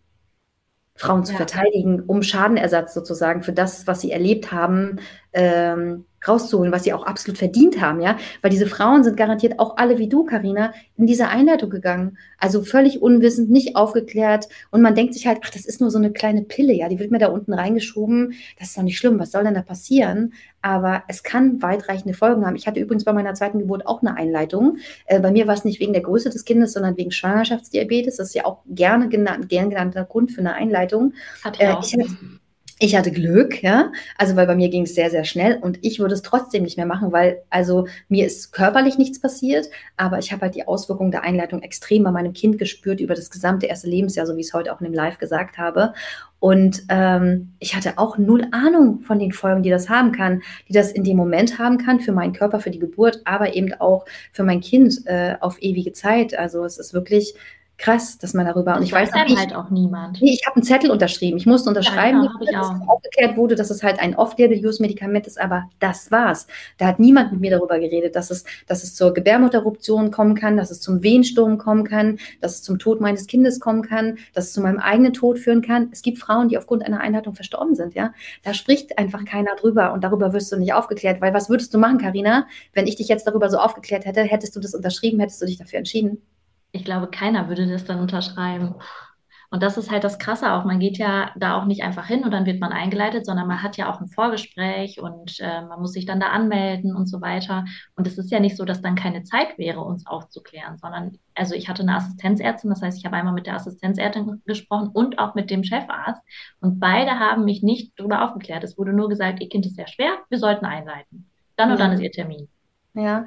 Frauen zu Ja. verteidigen, um Schadenersatz sozusagen für das, was sie erlebt haben, ähm, rauszuholen, was sie auch absolut verdient haben, ja, weil diese Frauen sind garantiert auch alle wie du, Carina, in diese Einleitung gegangen, also völlig unwissend, nicht aufgeklärt und man denkt sich halt, ach, das ist nur so eine kleine Pille, ja, die wird mir da unten reingeschoben, das ist doch nicht schlimm, was soll denn da passieren, aber es kann weitreichende Folgen haben. Ich hatte übrigens bei meiner zweiten Geburt auch eine Einleitung, äh, bei mir war es nicht wegen der Größe des Kindes, sondern wegen Schwangerschaftsdiabetes, das ist ja auch gerne genannt, gern genannter Grund für eine Einleitung. Hatte ich Äh, auch. ich hatte, ich hatte Glück, ja, also weil bei mir ging es sehr, sehr schnell und ich würde es trotzdem nicht mehr machen, weil also mir ist körperlich nichts passiert, aber ich habe halt die Auswirkungen der Einleitung extrem bei meinem Kind gespürt über das gesamte erste Lebensjahr, so wie ich es heute auch in dem Live gesagt habe. Und ähm, ich hatte auch null Ahnung von den Folgen, die das haben kann, die das in dem Moment haben kann für meinen Körper, für die Geburt, aber eben auch für mein Kind äh, auf ewige Zeit. Also es ist wirklich krass, dass man darüber, und Das ich weiß weiß auch dann nicht, halt auch niemand. nee, ich habe einen Zettel unterschrieben. Ich musste Ja, unterschreiben, genau, habe ich dass auch. aufgeklärt wurde, dass es halt ein Off-Label-Use-Medikament ist, aber das war's. Da hat niemand mit mir darüber geredet, dass es, dass es zur Gebärmutterruption kommen kann, dass es zum Wehensturm kommen kann, dass es zum Tod meines Kindes kommen kann, dass es zu meinem eigenen Tod führen kann. Es gibt Frauen, die aufgrund einer Einleitung verstorben sind, ja. Da spricht einfach keiner drüber und darüber wirst du nicht aufgeklärt, weil was würdest du machen, Carina, wenn ich dich jetzt darüber so aufgeklärt hätte? Hättest du das unterschrieben? Hättest du dich dafür entschieden? Ich glaube, keiner würde das dann unterschreiben. Und das ist halt das Krasse auch. Man geht ja da auch nicht einfach hin und dann wird man eingeleitet, sondern man hat ja auch ein Vorgespräch und äh, man muss sich dann da anmelden und so weiter. Und es ist ja nicht so, dass dann keine Zeit wäre, uns aufzuklären, sondern, also ich hatte eine Assistenzärztin, das heißt, ich habe einmal mit der Assistenzärztin gesprochen und auch mit dem Chefarzt. Und beide haben mich nicht darüber aufgeklärt. Es wurde nur gesagt, ihr Kind ist sehr schwer, wir sollten einleiten. Dann und Ja. dann ist ihr Termin. Ja,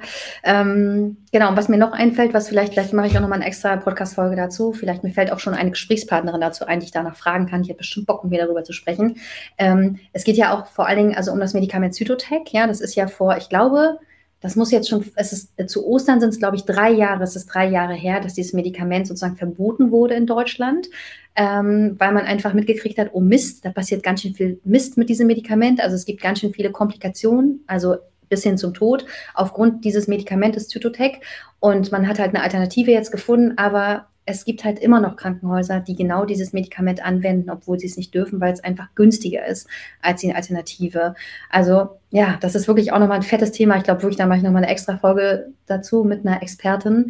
ähm, genau. Und was mir noch einfällt, was vielleicht, vielleicht mache ich auch noch mal eine extra Podcast-Folge dazu. Vielleicht mir fällt auch schon eine Gesprächspartnerin dazu ein, die ich danach fragen kann. Ich hätte bestimmt Bock, mit mir darüber zu sprechen. Ähm, es geht ja auch vor allen Dingen also um das Medikament Zytotec. Ja, das ist ja vor, ich glaube, das muss jetzt schon, es ist, zu Ostern sind es, glaube ich, drei Jahre, es ist drei Jahre her, dass dieses Medikament sozusagen verboten wurde in Deutschland, ähm, weil man einfach mitgekriegt hat, oh Mist, da passiert ganz schön viel Mist mit diesem Medikament. Also es gibt ganz schön viele Komplikationen, also bis hin zum Tod, aufgrund dieses Medikamentes Zytotec. Und man hat halt eine Alternative jetzt gefunden, aber es gibt halt immer noch Krankenhäuser, die genau dieses Medikament anwenden, obwohl sie es nicht dürfen, weil es einfach günstiger ist als die Alternative. Also ja, das ist wirklich auch nochmal ein fettes Thema. Ich glaube wirklich, da mache ich nochmal eine extra Folge dazu mit einer Expertin.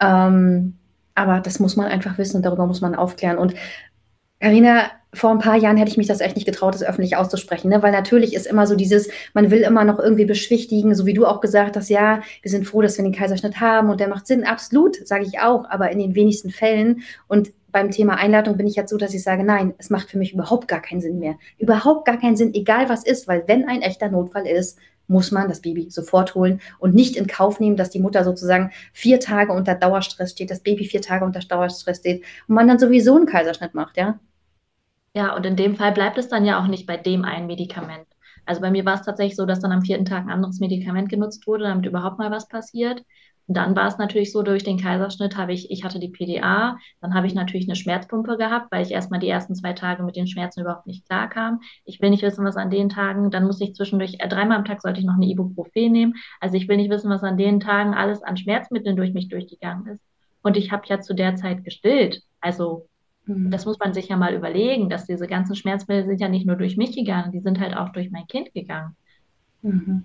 Ähm, aber das muss man einfach wissen und darüber muss man aufklären. Und Carina, vor ein paar Jahren hätte ich mich das echt nicht getraut, das öffentlich auszusprechen, ne? Weil natürlich ist immer so dieses, man will immer noch irgendwie beschwichtigen, so wie du auch gesagt hast, ja, wir sind froh, dass wir den Kaiserschnitt haben und der macht Sinn, absolut, sage ich auch, aber in den wenigsten Fällen. Und beim Thema Einleitung bin ich jetzt so, dass ich sage, nein, es macht für mich überhaupt gar keinen Sinn mehr. Überhaupt gar keinen Sinn, egal was ist, weil wenn ein echter Notfall ist, muss man das Baby sofort holen und nicht in Kauf nehmen, dass die Mutter sozusagen vier Tage unter Dauerstress steht, das Baby vier Tage unter Dauerstress steht und man dann sowieso einen Kaiserschnitt macht, ja. Ja, und in dem Fall bleibt es dann ja auch nicht bei dem einen Medikament. Also bei mir war es tatsächlich so, dass dann am vierten Tag ein anderes Medikament genutzt wurde, damit überhaupt mal was passiert. Und dann war es natürlich so, durch den Kaiserschnitt habe ich, ich hatte die P D A, dann habe ich natürlich eine Schmerzpumpe gehabt, weil ich erstmal die ersten zwei Tage mit den Schmerzen überhaupt nicht klarkam. Ich will nicht wissen, was an den Tagen, dann muss ich zwischendurch, äh, dreimal am Tag sollte ich noch eine Ibuprofen nehmen. Also ich will nicht wissen, was an den Tagen alles an Schmerzmitteln durch mich durchgegangen ist. Und ich habe ja zu der Zeit gestillt. Also Mhm. das muss man sich ja mal überlegen, dass diese ganzen Schmerzmittel sind ja nicht nur durch mich gegangen, die sind halt auch durch mein Kind gegangen. Mhm.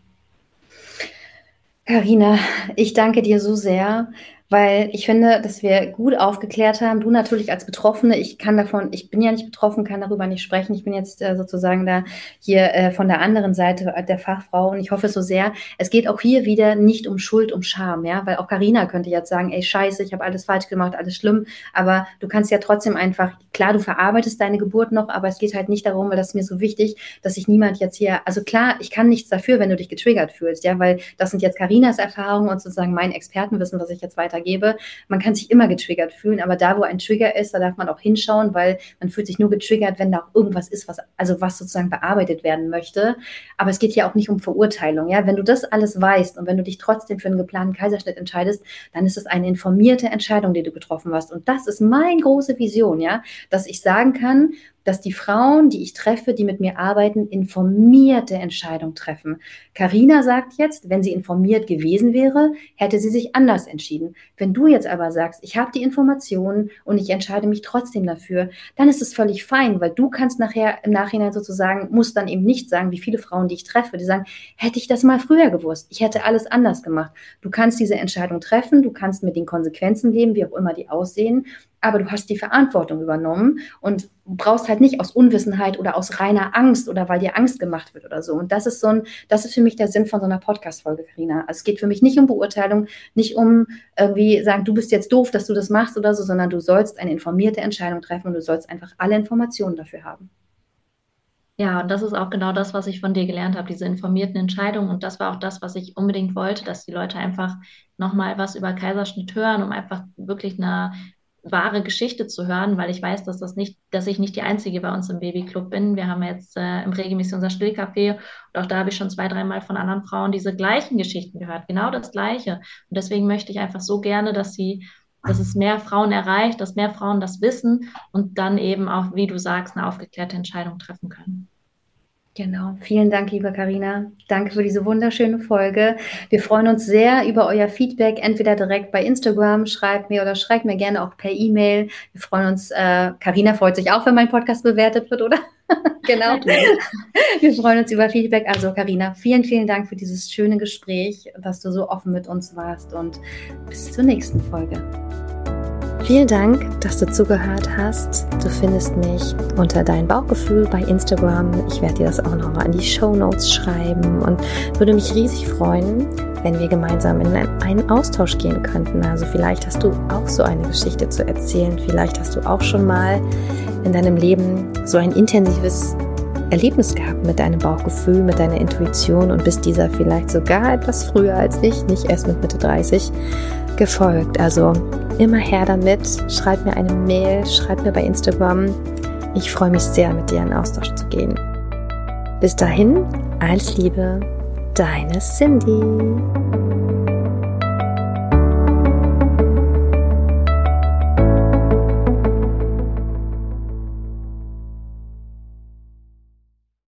Carina, ich danke dir so sehr, weil ich finde, dass wir gut aufgeklärt haben. Du natürlich als Betroffene, ich kann davon, ich bin ja nicht betroffen, kann darüber nicht sprechen. Ich bin jetzt äh, sozusagen da hier äh, von der anderen Seite der Fachfrau und ich hoffe so sehr, es geht auch hier wieder nicht um Schuld, um Scham, ja, weil auch Carina könnte jetzt sagen, ey Scheiße, ich habe alles falsch gemacht, alles schlimm, aber du kannst ja trotzdem einfach, klar, du verarbeitest deine Geburt noch, aber es geht halt nicht darum, weil das ist mir so wichtig, dass sich niemand jetzt hier, also klar, ich kann nichts dafür, wenn du dich getriggert fühlst, ja, weil das sind jetzt Carinas Erfahrungen und sozusagen mein Expertenwissen, was ich jetzt weitergebe. Man kann sich immer getriggert fühlen, aber da, wo ein Trigger ist, da darf man auch hinschauen, weil man fühlt sich nur getriggert, wenn da auch irgendwas ist, was, also was sozusagen bearbeitet werden möchte. Aber es geht ja auch nicht um Verurteilung, ja. Wenn du das alles weißt und wenn du dich trotzdem für einen geplanten Kaiserschnitt entscheidest, dann ist es eine informierte Entscheidung, die du getroffen hast. Und das ist meine große Vision, ja, dass ich sagen kann, dass die Frauen, die ich treffe, die mit mir arbeiten, informierte Entscheidungen treffen. Carina sagt jetzt, wenn sie informiert gewesen wäre, hätte sie sich anders entschieden. Wenn du jetzt aber sagst, ich habe die Informationen und ich entscheide mich trotzdem dafür, dann ist es völlig fein, weil du kannst nachher im Nachhinein sozusagen, musst dann eben nicht sagen, wie viele Frauen, die ich treffe, die sagen, hätte ich das mal früher gewusst, ich hätte alles anders gemacht. Du kannst diese Entscheidung treffen, du kannst mit den Konsequenzen leben, wie auch immer die aussehen, aber du hast die Verantwortung übernommen und brauchst halt nicht aus Unwissenheit oder aus reiner Angst oder weil dir Angst gemacht wird oder so. Und das ist so ein, das ist für mich der Sinn von so einer Podcast-Folge, Carina. Also es geht für mich nicht um Beurteilung, nicht um irgendwie sagen, du bist jetzt doof, dass du das machst oder so, sondern du sollst eine informierte Entscheidung treffen und du sollst einfach alle Informationen dafür haben. Ja, und das ist auch genau das, was ich von dir gelernt habe, diese informierten Entscheidungen. Und das war auch das, was ich unbedingt wollte, dass die Leute einfach nochmal was über Kaiserschnitt hören, um einfach wirklich eine wahre Geschichte zu hören, weil ich weiß, dass das nicht, dass ich nicht die Einzige bei uns im Babyclub bin. Wir haben jetzt äh, im regelmäßig unser Stillcafé und auch da habe ich schon zwei, dreimal von anderen Frauen diese gleichen Geschichten gehört, genau das Gleiche. Und deswegen möchte ich einfach so gerne, dass sie, dass es mehr Frauen erreicht, dass mehr Frauen das wissen und dann eben auch, wie du sagst, eine aufgeklärte Entscheidung treffen können. Genau. Vielen Dank, liebe Carina. Danke für diese wunderschöne Folge. Wir freuen uns sehr über euer Feedback, entweder direkt bei Instagram, schreibt mir oder schreibt mir gerne auch per E-Mail. Wir freuen uns, äh, Carina freut sich auch, wenn mein Podcast bewertet wird, oder? Genau. Wir freuen uns über Feedback. Also Carina, vielen, vielen Dank für dieses schöne Gespräch, dass du so offen mit uns warst und bis zur nächsten Folge. Vielen Dank, dass du zugehört hast. Du findest mich unter Dein Bauchgefühl bei Instagram. Ich werde dir das auch nochmal in die Shownotes schreiben und würde mich riesig freuen, wenn wir gemeinsam in einen Austausch gehen könnten. Also vielleicht hast du auch so eine Geschichte zu erzählen. Vielleicht hast du auch schon mal in deinem Leben so ein intensives Erlebnis gehabt mit deinem Bauchgefühl, mit deiner Intuition und bist dieser vielleicht sogar etwas früher als ich, nicht erst mit Mitte dreißig, gefolgt. Also immer her damit, schreib mir eine Mail, schreib mir bei Instagram. Ich freue mich sehr, mit dir in Austausch zu gehen. Bis dahin, alles Liebe, deine Cindy.